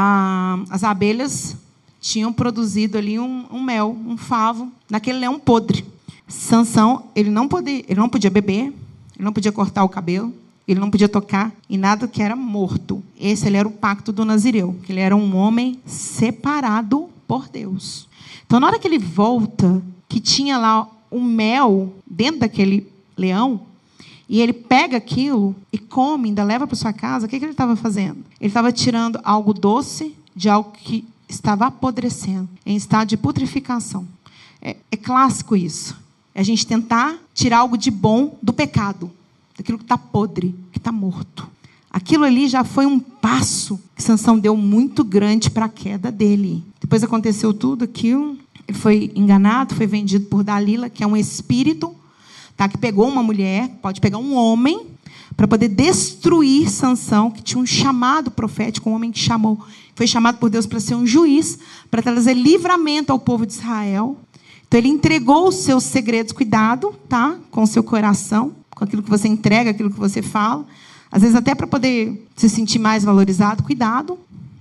as abelhas tinham produzido ali um mel, um favo, naquele leão podre. Sansão, ele não podia beber, ele não podia cortar o cabelo, ele não podia tocar em nada que era morto. Ele era o pacto do Nazireu, que ele era um homem separado por Deus. Então, na hora que ele volta, que tinha lá o mel dentro daquele leão, e ele pega aquilo e come, ainda leva para sua casa, o que ele estava fazendo? Ele estava tirando algo doce de algo que estava apodrecendo, em estado de putrificação. É clássico isso. É a gente tentar tirar algo de bom do pecado, daquilo que está podre, que está morto. Aquilo ali já foi um passo que Sansão deu muito grande para a queda dele. Depois aconteceu tudo aquilo. Ele foi enganado, foi vendido por Dalila, que é um espírito, tá, que pegou uma mulher, pode pegar um homem, para poder destruir Sansão, que tinha um chamado profético, um homem que foi chamado por Deus para ser um juiz, para trazer livramento ao povo de Israel. Então, ele entregou os seus segredos. Cuidado, tá? Com o seu coração, com aquilo que você entrega, aquilo que você fala. Às vezes, até para poder se sentir mais valorizado. Cuidado.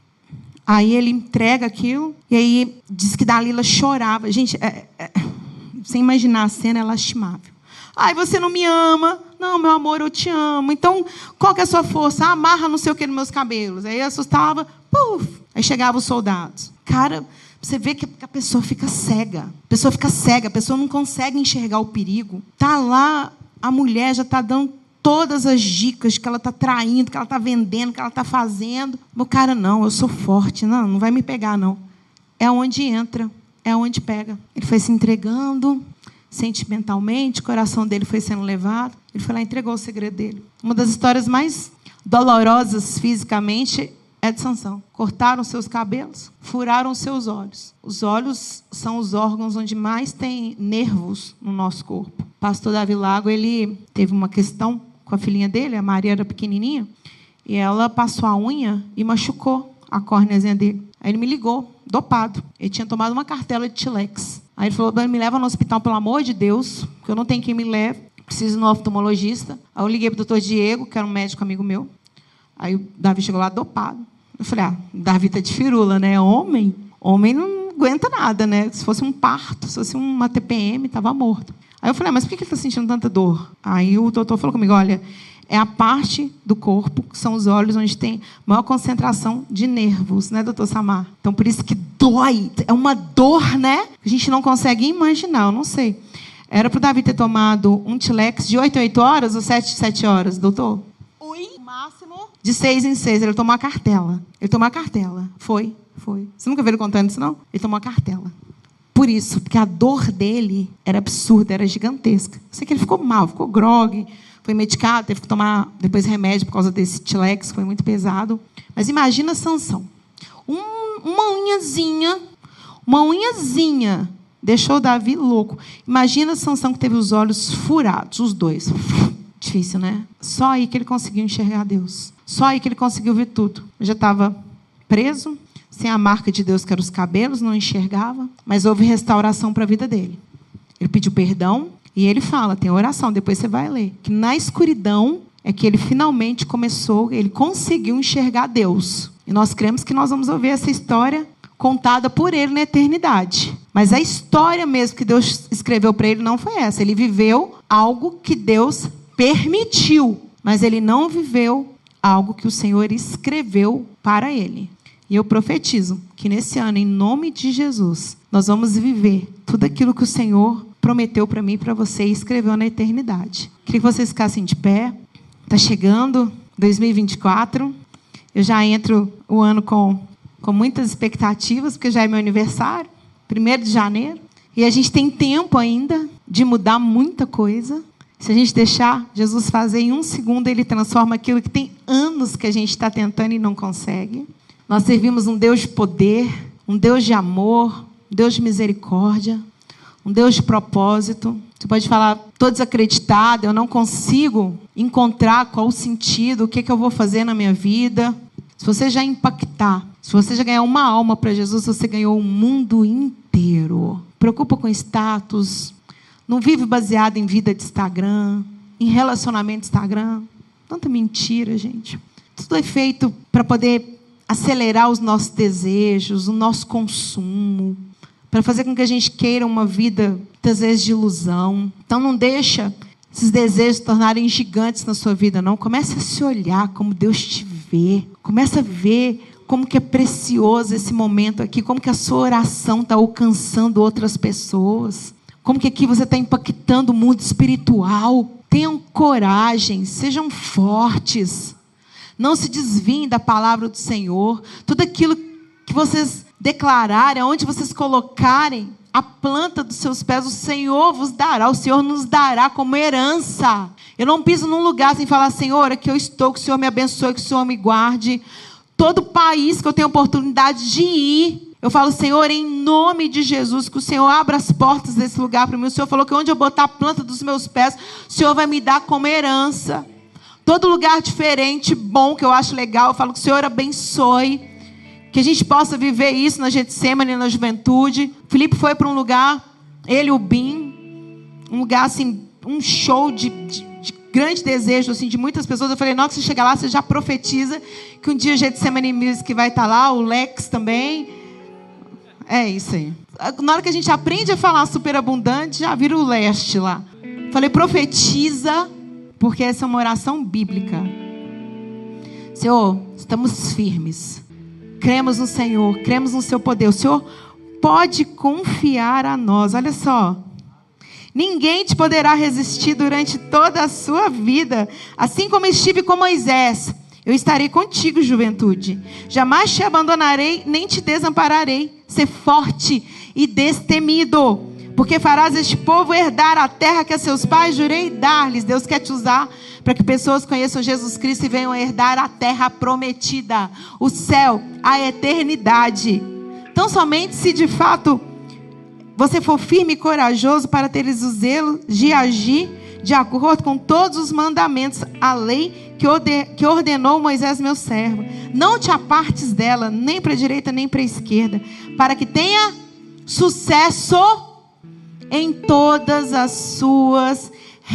Aí, ele entrega aquilo. E aí, diz que Dalila chorava. Gente, sem imaginar a cena, é lastimável. Ai, você não me ama. Não, meu amor, eu te amo. Então, qual que é a sua força? Amarra não sei o que nos meus cabelos. Aí, assustava. Puf! Aí, chegavam os soldados. Cara... Você vê que a pessoa fica cega. A pessoa fica cega, a pessoa não consegue enxergar o perigo. Está lá, a mulher já está dando todas as dicas que ela está traindo, que ela está vendendo, que ela está fazendo. O cara, não, eu sou forte. Não vai me pegar, não. É onde entra, é onde pega. Ele foi se entregando sentimentalmente, o coração dele foi sendo levado. Ele foi lá e entregou o segredo dele. Uma das histórias mais dolorosas fisicamente é de Sansão. Cortaram seus cabelos, furaram seus olhos. Os olhos são os órgãos onde mais tem nervos no nosso corpo. O pastor Davi Lago, ele teve uma questão com a filhinha dele, a Maria era pequenininha, e ela passou a unha e machucou a córneazinha dele. Aí ele me ligou, dopado. Ele tinha tomado uma cartela de Tilex. Aí ele falou, me leva no hospital, pelo amor de Deus, porque eu não tenho quem me leve, preciso ir no oftalmologista. Aí eu liguei para o doutor Diego, que era um médico amigo meu. Aí o Davi chegou lá dopado. Eu falei, Davi está de firula, né? Homem não aguenta nada, né? Se fosse um parto, se fosse uma TPM, estava morto. Aí eu falei, mas por que ele está sentindo tanta dor? Aí o doutor falou comigo, olha, é a parte do corpo, que são os olhos, onde tem maior concentração de nervos, né, doutor Samar? Então, por isso que dói. É uma dor, né? A gente não consegue imaginar, eu não sei. Era para o Davi ter tomado um Tilex de 8 em 8 horas ou 7 em 7 horas, doutor? Máximo de 6 em 6. Ele tomou a cartela. Foi. Você nunca viu ele contando isso, não? Ele tomou a cartela. Por isso, porque a dor dele era absurda, era gigantesca. Eu sei que ele ficou mal, ficou grogue, foi medicado, teve que tomar depois remédio por causa desse Tilex, foi muito pesado. Mas imagina Sansão. Uma unhazinha deixou Davi louco. Imagina Sansão que teve os olhos furados, os dois. Difícil, né? Só aí que ele conseguiu enxergar Deus. Só aí que ele conseguiu ver tudo. Eu já estava preso, sem a marca de Deus, que eram os cabelos, não enxergava, mas houve restauração para a vida dele. Ele pediu perdão e ele fala, tem oração, depois você vai ler, que na escuridão é que ele finalmente ele conseguiu enxergar Deus. E nós cremos que nós vamos ouvir essa história contada por ele na eternidade. Mas a história mesmo que Deus escreveu para ele não foi essa. Ele viveu algo que Deus permitiu, mas ele não viveu algo que o Senhor escreveu para ele. E eu profetizo que nesse ano, em nome de Jesus, nós vamos viver tudo aquilo que o Senhor prometeu para mim e para você e escreveu na eternidade. Queria que vocês ficassem de pé. Está chegando 2024. Eu já entro o ano com muitas expectativas, porque já é meu aniversário, 1º de janeiro. E a gente tem tempo ainda de mudar muita coisa. Se a gente deixar Jesus fazer em 1 segundo, ele transforma aquilo que tem anos que a gente está tentando e não consegue. Nós servimos um Deus de poder, um Deus de amor, um Deus de misericórdia, um Deus de propósito. Você pode falar, estou desacreditado, eu não consigo encontrar qual o sentido, o que eu vou fazer na minha vida. Se você já impactar, se você já ganhar uma alma para Jesus, você ganhou o mundo inteiro. Preocupa com status. Não vive baseado em vida de Instagram, em relacionamento de Instagram. Tanta mentira, gente. Tudo é feito para poder acelerar os nossos desejos, o nosso consumo, para fazer com que a gente queira uma vida, muitas vezes, de ilusão. Então, não deixa esses desejos se tornarem gigantes na sua vida, não. Comece a se olhar como Deus te vê. Comece a ver como que é precioso esse momento aqui, como que a sua oração está alcançando outras pessoas. Como que aqui você está impactando o mundo espiritual. Tenham coragem, sejam fortes. Não se desviem da palavra do Senhor. Tudo aquilo que vocês declararem, onde vocês colocarem a planta dos seus pés, o Senhor vos dará, o Senhor nos dará como herança. Eu não piso num lugar sem falar, Senhor, aqui eu estou, que o Senhor me abençoe, que o Senhor me guarde. Todo país que eu tenho oportunidade de ir, eu falo, Senhor, em nome de Jesus, que o Senhor abra as portas desse lugar para mim. O Senhor falou que onde eu botar a planta dos meus pés, o Senhor vai me dar como herança. Todo lugar diferente, bom, que eu acho legal, eu falo que o Senhor abençoe. Que a gente possa viver isso na Getsemane, na juventude. Felipe foi para um lugar, ele e o Bim, um lugar assim, um show de grande desejo assim, de muitas pessoas. Eu falei, não, que você chegar lá, você já profetiza que um dia o Getsemane Music vai estar lá, o Lex também. É isso aí. Na hora que a gente aprende a falar superabundante, já vira o leste lá. Falei, profetiza, porque essa é uma oração bíblica. Senhor, estamos firmes. Cremos no Senhor, cremos no seu poder. O Senhor pode confiar a nós. Olha só. Ninguém te poderá resistir durante toda a sua vida. Assim como estive com Moisés, eu estarei contigo, juventude. Jamais te abandonarei, nem te desampararei. Ser forte e destemido, porque farás este povo herdar a terra que a seus pais jurei dar-lhes. Deus quer te usar para que pessoas conheçam Jesus Cristo e venham a herdar a terra prometida, o céu, a eternidade. Então, somente se de fato você for firme e corajoso para teres o zelo de agir de acordo com todos os mandamentos, a lei que ordenou Moisés, meu servo. Não te apartes dela, nem para a direita, nem para a esquerda, para que tenha sucesso em todas as suas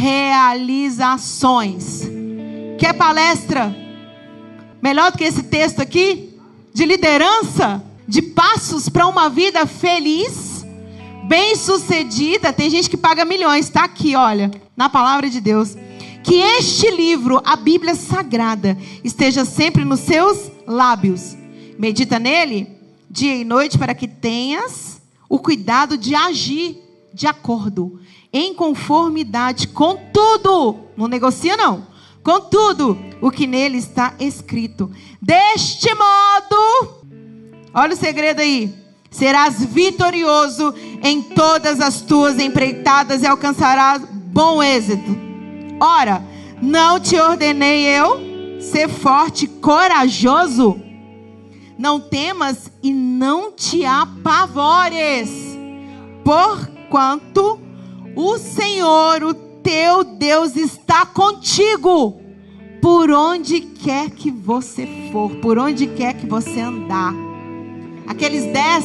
realizações. Quer palestra melhor do que esse texto aqui? De liderança? De passos para uma vida feliz, bem-sucedida? Tem gente que paga milhões. Está aqui, olha, na palavra de Deus. Que este livro, a Bíblia Sagrada, esteja sempre nos seus lábios. Medita nele dia e noite, para que tenhas o cuidado de agir de acordo, em conformidade com tudo. Não negocia não. Com tudo o que nele está escrito. Deste modo, olha o segredo aí, serás vitorioso em todas as tuas empreitadas e alcançarás bom êxito. Ora, não te ordenei eu ser forte e corajoso? Não temas e não te apavores, porquanto o Senhor, o teu Deus, está contigo por onde quer que você for, por onde quer que você andar. Aqueles 10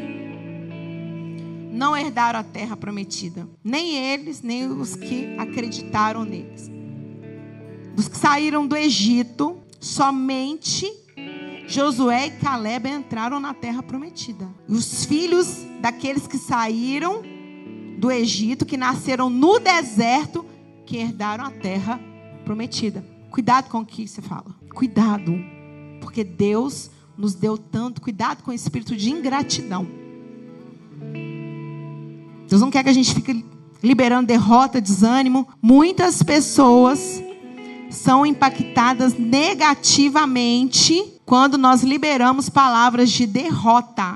não herdaram a terra prometida, nem eles, nem os que acreditaram neles. Dos que saíram do Egito, somente Josué e Caleb entraram na terra prometida. Os filhos daqueles que saíram do Egito, que nasceram no deserto, que herdaram a terra prometida. Cuidado com o que você fala. Cuidado, porque Deus nos deu tanto. Cuidado com o espírito de ingratidão. Deus não quer que a gente fique liberando derrota, desânimo. Muitas pessoas são impactadas negativamente quando nós liberamos palavras de derrota.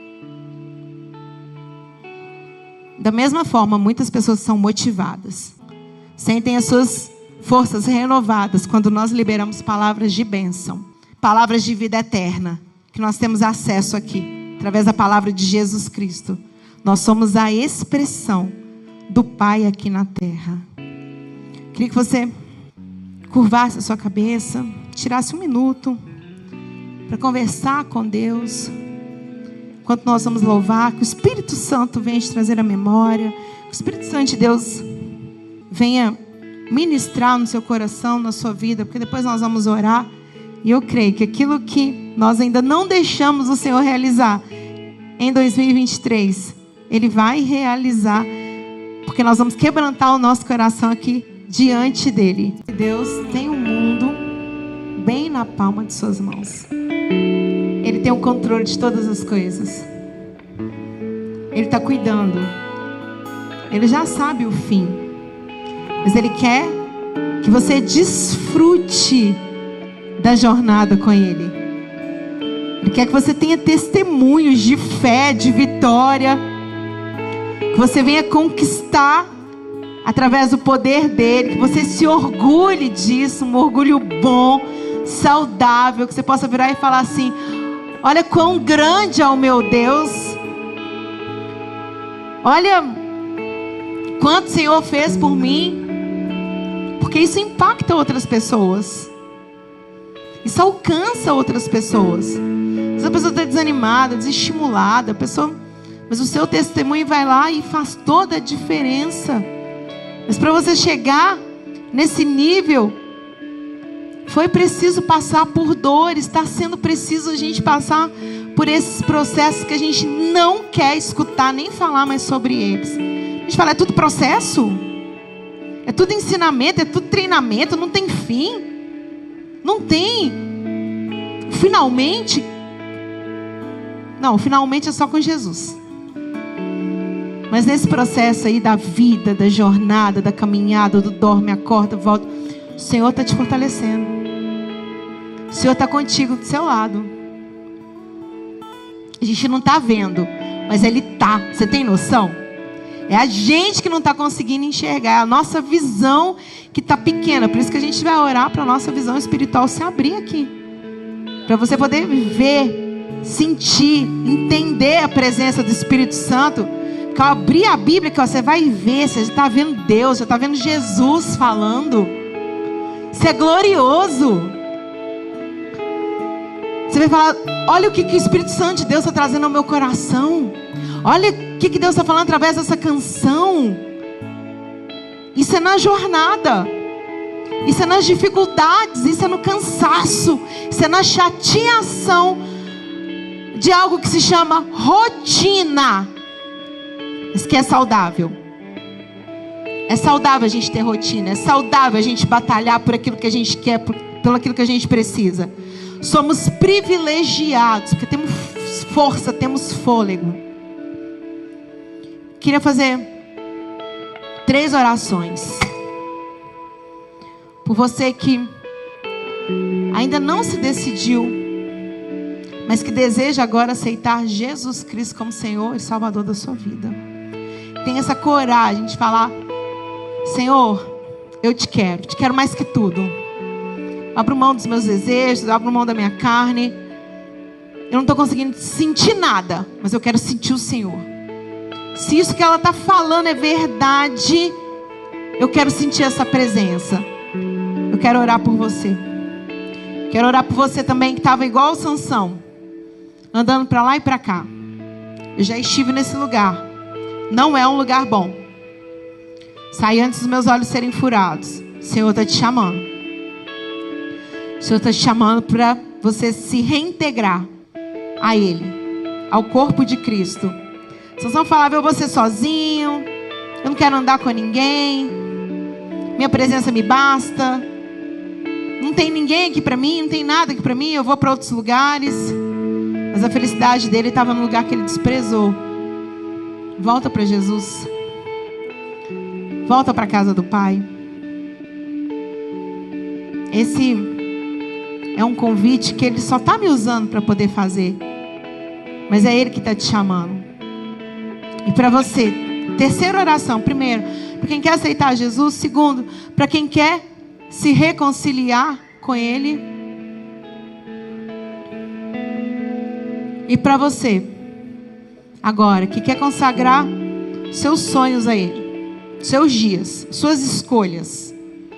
Da mesma forma, muitas pessoas são motivadas, sentem as suas forças renovadas quando nós liberamos palavras de bênção, palavras de vida eterna, que nós temos acesso aqui, através da palavra de Jesus Cristo. Nós somos a expressão do Pai aqui na terra. Queria que você curvasse a sua cabeça, tirasse um minuto para conversar com Deus. Enquanto nós vamos louvar, que o Espírito Santo venha te trazer a memória, que o Espírito Santo de Deus venha ministrar no seu coração, na sua vida, porque depois nós vamos orar. E eu creio que aquilo que nós ainda não deixamos o Senhor realizar em 2023, Ele vai realizar, porque nós vamos quebrantar o nosso coração aqui diante dEle. Deus tem o mundo bem na palma de suas mãos. Ele tem o controle de todas as coisas. Ele está cuidando. Ele já sabe o fim. Mas Ele quer que você desfrute da jornada com Ele. Ele quer que você tenha testemunhos de fé, de vitória. Que você venha conquistar através do poder dele. Que você se orgulhe disso, um orgulho bom, saudável. Que você possa virar e falar assim: olha quão grande é o meu Deus. Olha quanto o Senhor fez por mim. Porque isso impacta outras pessoas. Isso alcança outras pessoas. Essa pessoa está desanimada, desestimulada, mas o seu testemunho vai lá e faz toda a diferença. Mas para você chegar nesse nível, foi preciso passar por dores. Está sendo preciso a gente passar por esses processos que a gente não quer escutar nem falar mais sobre eles. A gente fala: é tudo processo, é tudo ensinamento, é tudo treinamento, não tem fim, não tem finalmente. Não, finalmente é só com Jesus. Mas nesse processo aí da vida, da jornada, da caminhada, do dorme, acorda, volta, o Senhor está te fortalecendo. O Senhor está contigo, do seu lado. A gente não está vendo, mas Ele está. Você tem noção? É a gente que não está conseguindo enxergar. É a nossa visão que está pequena. Por isso que a gente vai orar para a nossa visão espiritual se abrir aqui. Para você poder ver, sentir, entender a presença do Espírito Santo. Que ao abrir a Bíblia, que você vai ver, você já está vendo Deus, já está vendo Jesus falando. Isso é glorioso. Você vai falar: olha o que o Espírito Santo de Deus está trazendo ao meu coração. Olha o que Deus está falando através dessa canção. Isso é na jornada. Isso é nas dificuldades. Isso é no cansaço. Isso é na chateação de algo que se chama rotina. Isso que é saudável. É saudável a gente ter rotina. É saudável a gente batalhar por aquilo que a gente quer, por aquilo que a gente precisa. Somos privilegiados, porque temos força, temos fôlego. Queria fazer 3 orações. Por você que ainda não se decidiu, mas que deseja agora aceitar Jesus Cristo como Senhor e Salvador da sua vida. Tem essa coragem de falar: Senhor, eu te quero mais que tudo. Abro mão dos meus desejos, abro mão da minha carne. Eu não estou conseguindo sentir nada, mas eu quero sentir o Senhor. Se isso que ela está falando é verdade, eu quero sentir essa presença. Eu quero orar por você. Quero orar por você também que estava igual o Sansão, andando para lá e para cá. Eu já estive nesse lugar. Não é um lugar bom. Saí antes dos meus olhos serem furados. O Senhor está te chamando. O Senhor está te chamando para você se reintegrar a Ele, ao corpo de Cristo. Sansão falava: eu vou ser sozinho, eu não quero andar com ninguém, minha presença me basta, não tem ninguém aqui para mim, não tem nada aqui para mim, eu vou para outros lugares. Mas a felicidade dele estava no lugar que ele desprezou. Volta para Jesus. Volta para a casa do Pai. Esse é um convite que Ele só está me usando para poder fazer. Mas é Ele que está te chamando. E para você, 3ª oração. Primeiro, para quem quer aceitar Jesus. Segundo, para quem quer se reconciliar com Ele. E para você, agora, que quer consagrar seus sonhos a Ele. Seus dias, suas escolhas.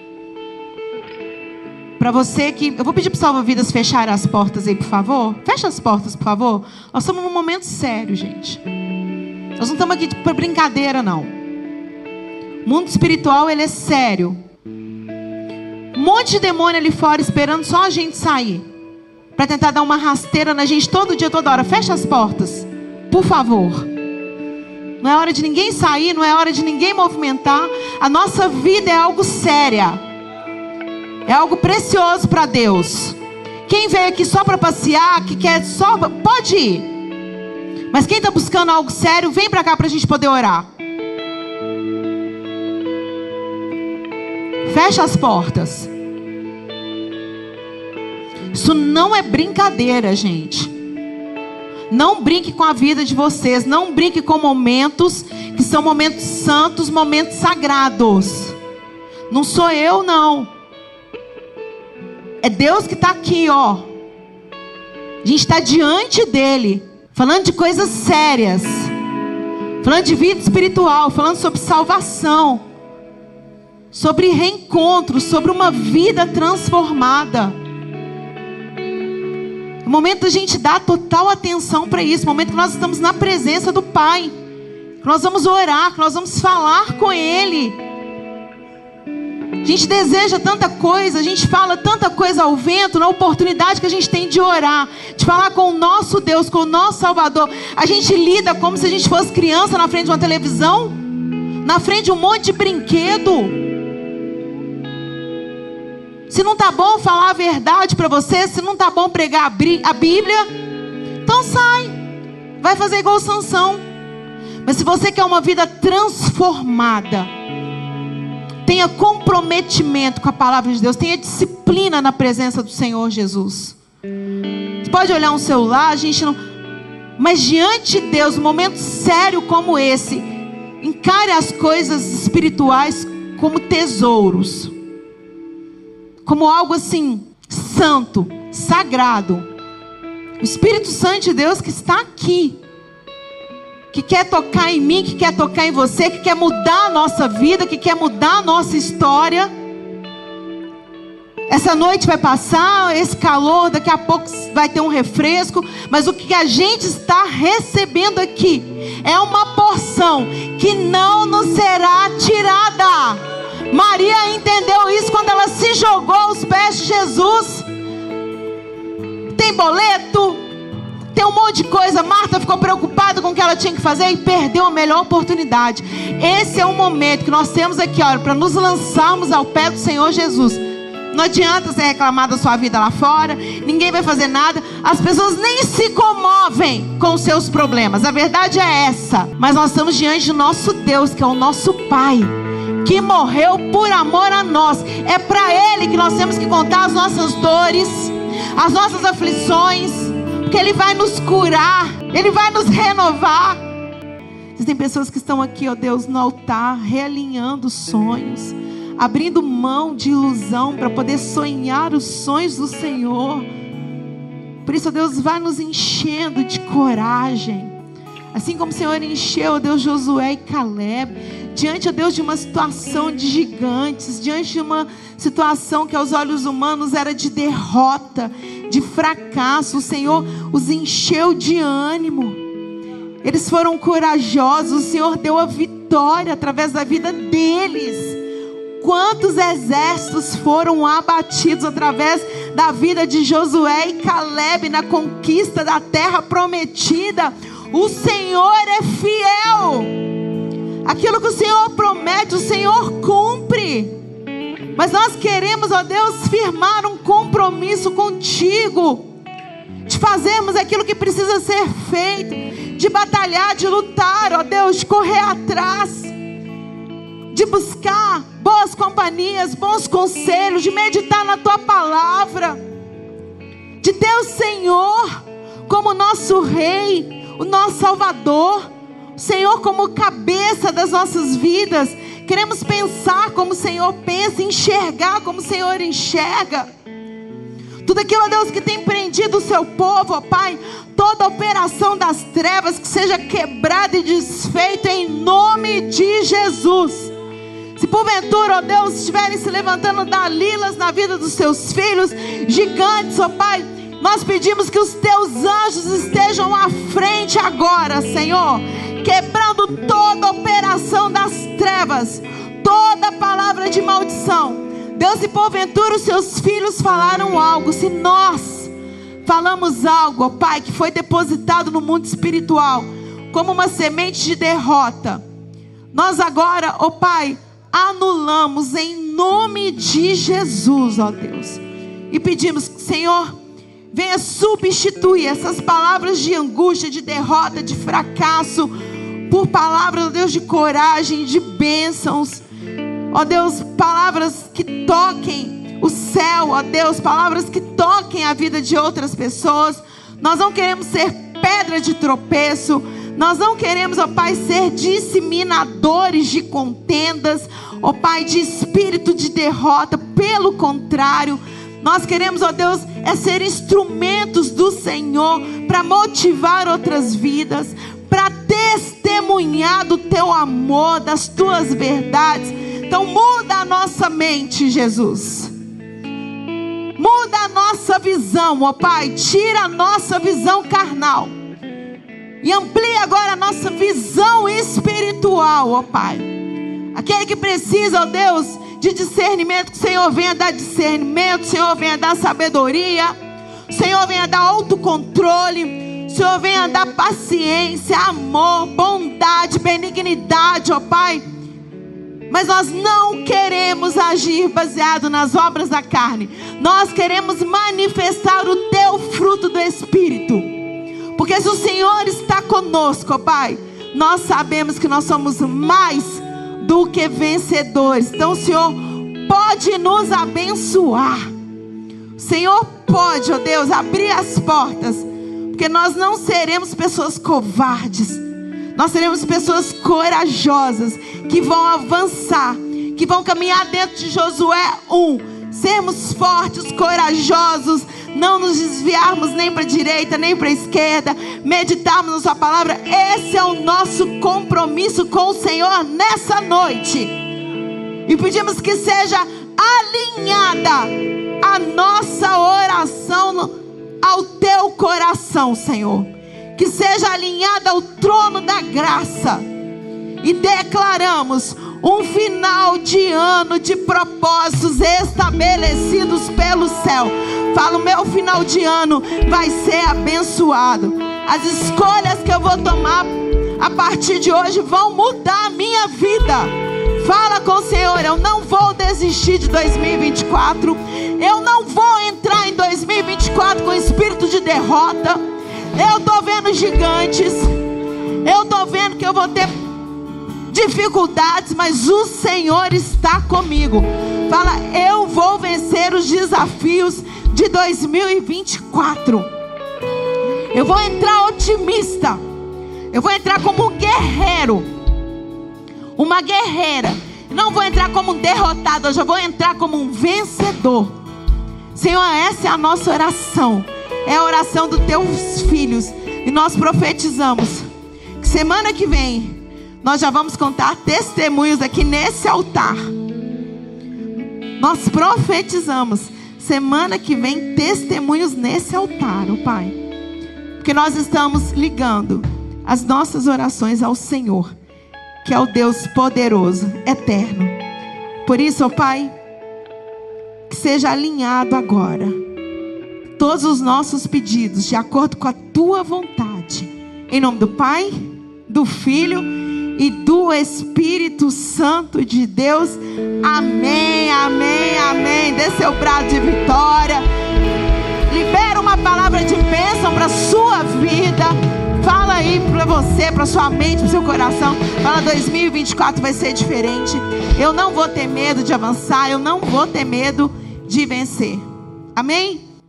Para você que... Eu vou pedir para o Salva-Vidas fechar as portas aí, por favor. Fecha as portas, por favor. Nós estamos num momento sério, gente. Nós não estamos aqui para brincadeira, não. O mundo espiritual, ele é sério. Um monte de demônio ali fora esperando só a gente sair. Para tentar dar uma rasteira na gente todo dia, toda hora. Fecha as portas, por favor. Não é hora de ninguém sair, não é hora de ninguém movimentar. A nossa vida é algo séria. É algo precioso para Deus. Quem veio aqui só para passear, que quer só... Pode ir. Mas quem está buscando algo sério, vem para cá para a gente poder orar. Fecha as portas. Isso não é brincadeira, gente. Não brinque com a vida de vocês. Não brinque com momentos que são momentos santos, momentos sagrados. Não sou eu, não. É Deus que está aqui, ó. A gente está diante dele, falando de coisas sérias, falando de vida espiritual, falando sobre salvação, sobre reencontro, sobre uma vida transformada. É o momento da gente dar total atenção para isso. É o momento que nós estamos na presença do Pai, que nós vamos orar, que nós vamos falar com Ele. A gente deseja tanta coisa, a gente fala tanta coisa ao vento, na oportunidade que a gente tem de orar, de falar com o nosso Deus, com o nosso Salvador. A gente lida como se a gente fosse criança na frente de uma televisão, na frente de um monte de brinquedo. Se não tá bom falar a verdade para você, se não tá bom pregar a Bíblia, então sai, vai fazer igual Sansão. Mas se você quer uma vida transformada, tenha comprometimento com a palavra de Deus, tenha disciplina na presença do Senhor Jesus. Você pode olhar um celular, a gente não... Mas diante de Deus, um momento sério como esse, encare as coisas espirituais como tesouros, como algo assim, santo, sagrado. O Espírito Santo de Deus que está aqui, que quer tocar em mim, que quer tocar em você, que quer mudar a nossa vida, que quer mudar a nossa história. Essa noite vai passar, esse calor, daqui a pouco vai ter um refresco, mas o que a gente está recebendo aqui é uma porção que não nos será tirada. Maria entendeu isso quando ela se jogou aos pés de Jesus. Tem boleto, tem um monte de coisa. Marta ficou preocupada com o que ela tinha que fazer e perdeu a melhor oportunidade. Esse é um momento que nós temos aqui, olha, para nos lançarmos ao pé do Senhor Jesus. Não adianta você reclamar da sua vida lá fora, ninguém vai fazer nada. As pessoas nem se comovem com os seus problemas, a verdade é essa. Mas nós estamos diante do nosso Deus, que é o nosso Pai, que morreu por amor a nós. É para Ele que nós temos que contar as nossas dores, as nossas aflições, porque Ele vai nos curar, Ele vai nos renovar. Existem pessoas que estão aqui, ó Deus, no altar, realinhando sonhos, abrindo mão de ilusão para poder sonhar os sonhos do Senhor. Por isso, ó Deus, vai nos enchendo de coragem, assim como o Senhor encheu, ó Deus, Josué e Caleb, diante, ó Deus, de uma situação de gigantes, diante de uma situação que aos olhos humanos era de derrota, de fracasso. O Senhor os encheu de ânimo, eles foram corajosos, o Senhor deu a vitória através da vida deles. Quantos exércitos foram abatidos através da vida de Josué e Caleb na conquista da terra prometida. O Senhor é fiel. Aquilo que o Senhor promete, o Senhor cumpre. Mas nós queremos, ó Deus, firmar um compromisso contigo, de fazermos aquilo que precisa ser feito, de batalhar, de lutar, ó Deus, de correr atrás, de buscar boas companhias, bons conselhos, de meditar na tua palavra, de ter o Senhor como nosso Rei, o nosso Salvador, o Senhor como cabeça das nossas vidas. Queremos pensar como o Senhor pensa, enxergar como o Senhor enxerga. Tudo aquilo, ó Deus, que tem prendido o seu povo, ó Pai, toda operação das trevas que seja quebrada e desfeita em nome de Jesus. Se porventura, ó Deus, estiverem se levantando Dalilas na vida dos seus filhos, gigantes, ó Pai, nós pedimos que os teus anjos estejam à frente agora, Senhor, quebrando toda operação das trevas, toda palavra de maldição. Deus, se porventura os seus filhos falaram algo, se nós falamos algo, ó Pai, que foi depositado no mundo espiritual como uma semente de derrota, nós agora, ó Pai, anulamos em nome de Jesus, ó Deus, e pedimos, Senhor, venha substituir essas palavras de angústia, de derrota, de fracasso, por palavras, ó Deus, de coragem, de bênçãos, ó Deus, palavras que toquem o céu, ó Deus, palavras que toquem a vida de outras pessoas. Nós não queremos ser pedra de tropeço. Nós não queremos, ó Pai, ser disseminadores de contendas, ó Pai, de espírito de derrota. Pelo contrário, nós queremos, ó Deus, ser instrumentos do Senhor para motivar outras vidas, para testemunhar do Teu amor, das Tuas verdades. Então muda a nossa mente, Jesus. Muda a nossa visão, ó Pai. Tira a nossa visão carnal e amplia agora a nossa visão espiritual, ó Pai. Aquele que precisa, ó Deus, de discernimento, que o Senhor venha dar discernimento, o Senhor venha dar sabedoria, o Senhor venha dar autocontrole, o Senhor venha dar paciência, amor, bondade, benignidade, ó Pai. Mas nós não queremos agir baseado nas obras da carne. Nós queremos manifestar o Teu fruto do Espírito. Porque se o Senhor está conosco, ó Pai, nós sabemos que nós somos mais do que vencedores. Então o Senhor pode nos abençoar. O Senhor pode, ó Deus, abrir as portas. Porque nós não seremos pessoas covardes. Nós seremos pessoas corajosas, que vão avançar, que vão caminhar dentro de Josué 1. Sermos fortes, corajosos, não nos desviarmos nem para a direita, nem para a esquerda, meditarmos na Sua palavra. Esse é o nosso compromisso com o Senhor nessa noite. E pedimos que seja alinhada a nossa oração ao Teu coração, Senhor. Que seja alinhada ao trono da graça. E declaramos um final de ano de propósitos estabelecidos pelo céu. Fala, o meu final de ano vai ser abençoado. As escolhas que eu vou tomar a partir de hoje vão mudar a minha vida. Fala com o Senhor, eu não vou desistir de 2024. Eu não vou entrar em 2024 com espírito de derrota. Eu estou vendo gigantes. Eu estou vendo que eu vou ter dificuldades, mas o Senhor está comigo. Fala, eu vou vencer os desafios de 2024. Eu vou entrar otimista. Eu vou entrar como um guerreiro, uma guerreira. Não vou entrar como um derrotado, eu já vou entrar como um vencedor. Senhor, essa é a nossa oração. É a oração dos Teus filhos. E nós profetizamos que semana que vem nós já vamos contar testemunhos aqui nesse altar. Nós profetizamos semana que vem testemunhos nesse altar, ó Pai. Porque nós estamos ligando as nossas orações ao Senhor, que é o Deus poderoso, eterno. Por isso, ó Pai, que seja alinhado agora todos os nossos pedidos de acordo com a Tua vontade. Em nome do Pai, do Filho e do Espírito Santo de Deus. Amém, amém, amém. Dê seu brado de vitória. Libera uma palavra de bênção para a sua vida. Fala aí para você, para sua mente, para seu coração. Fala, 2024 vai ser diferente. Eu não vou ter medo de avançar. Eu não vou ter medo de vencer. Amém?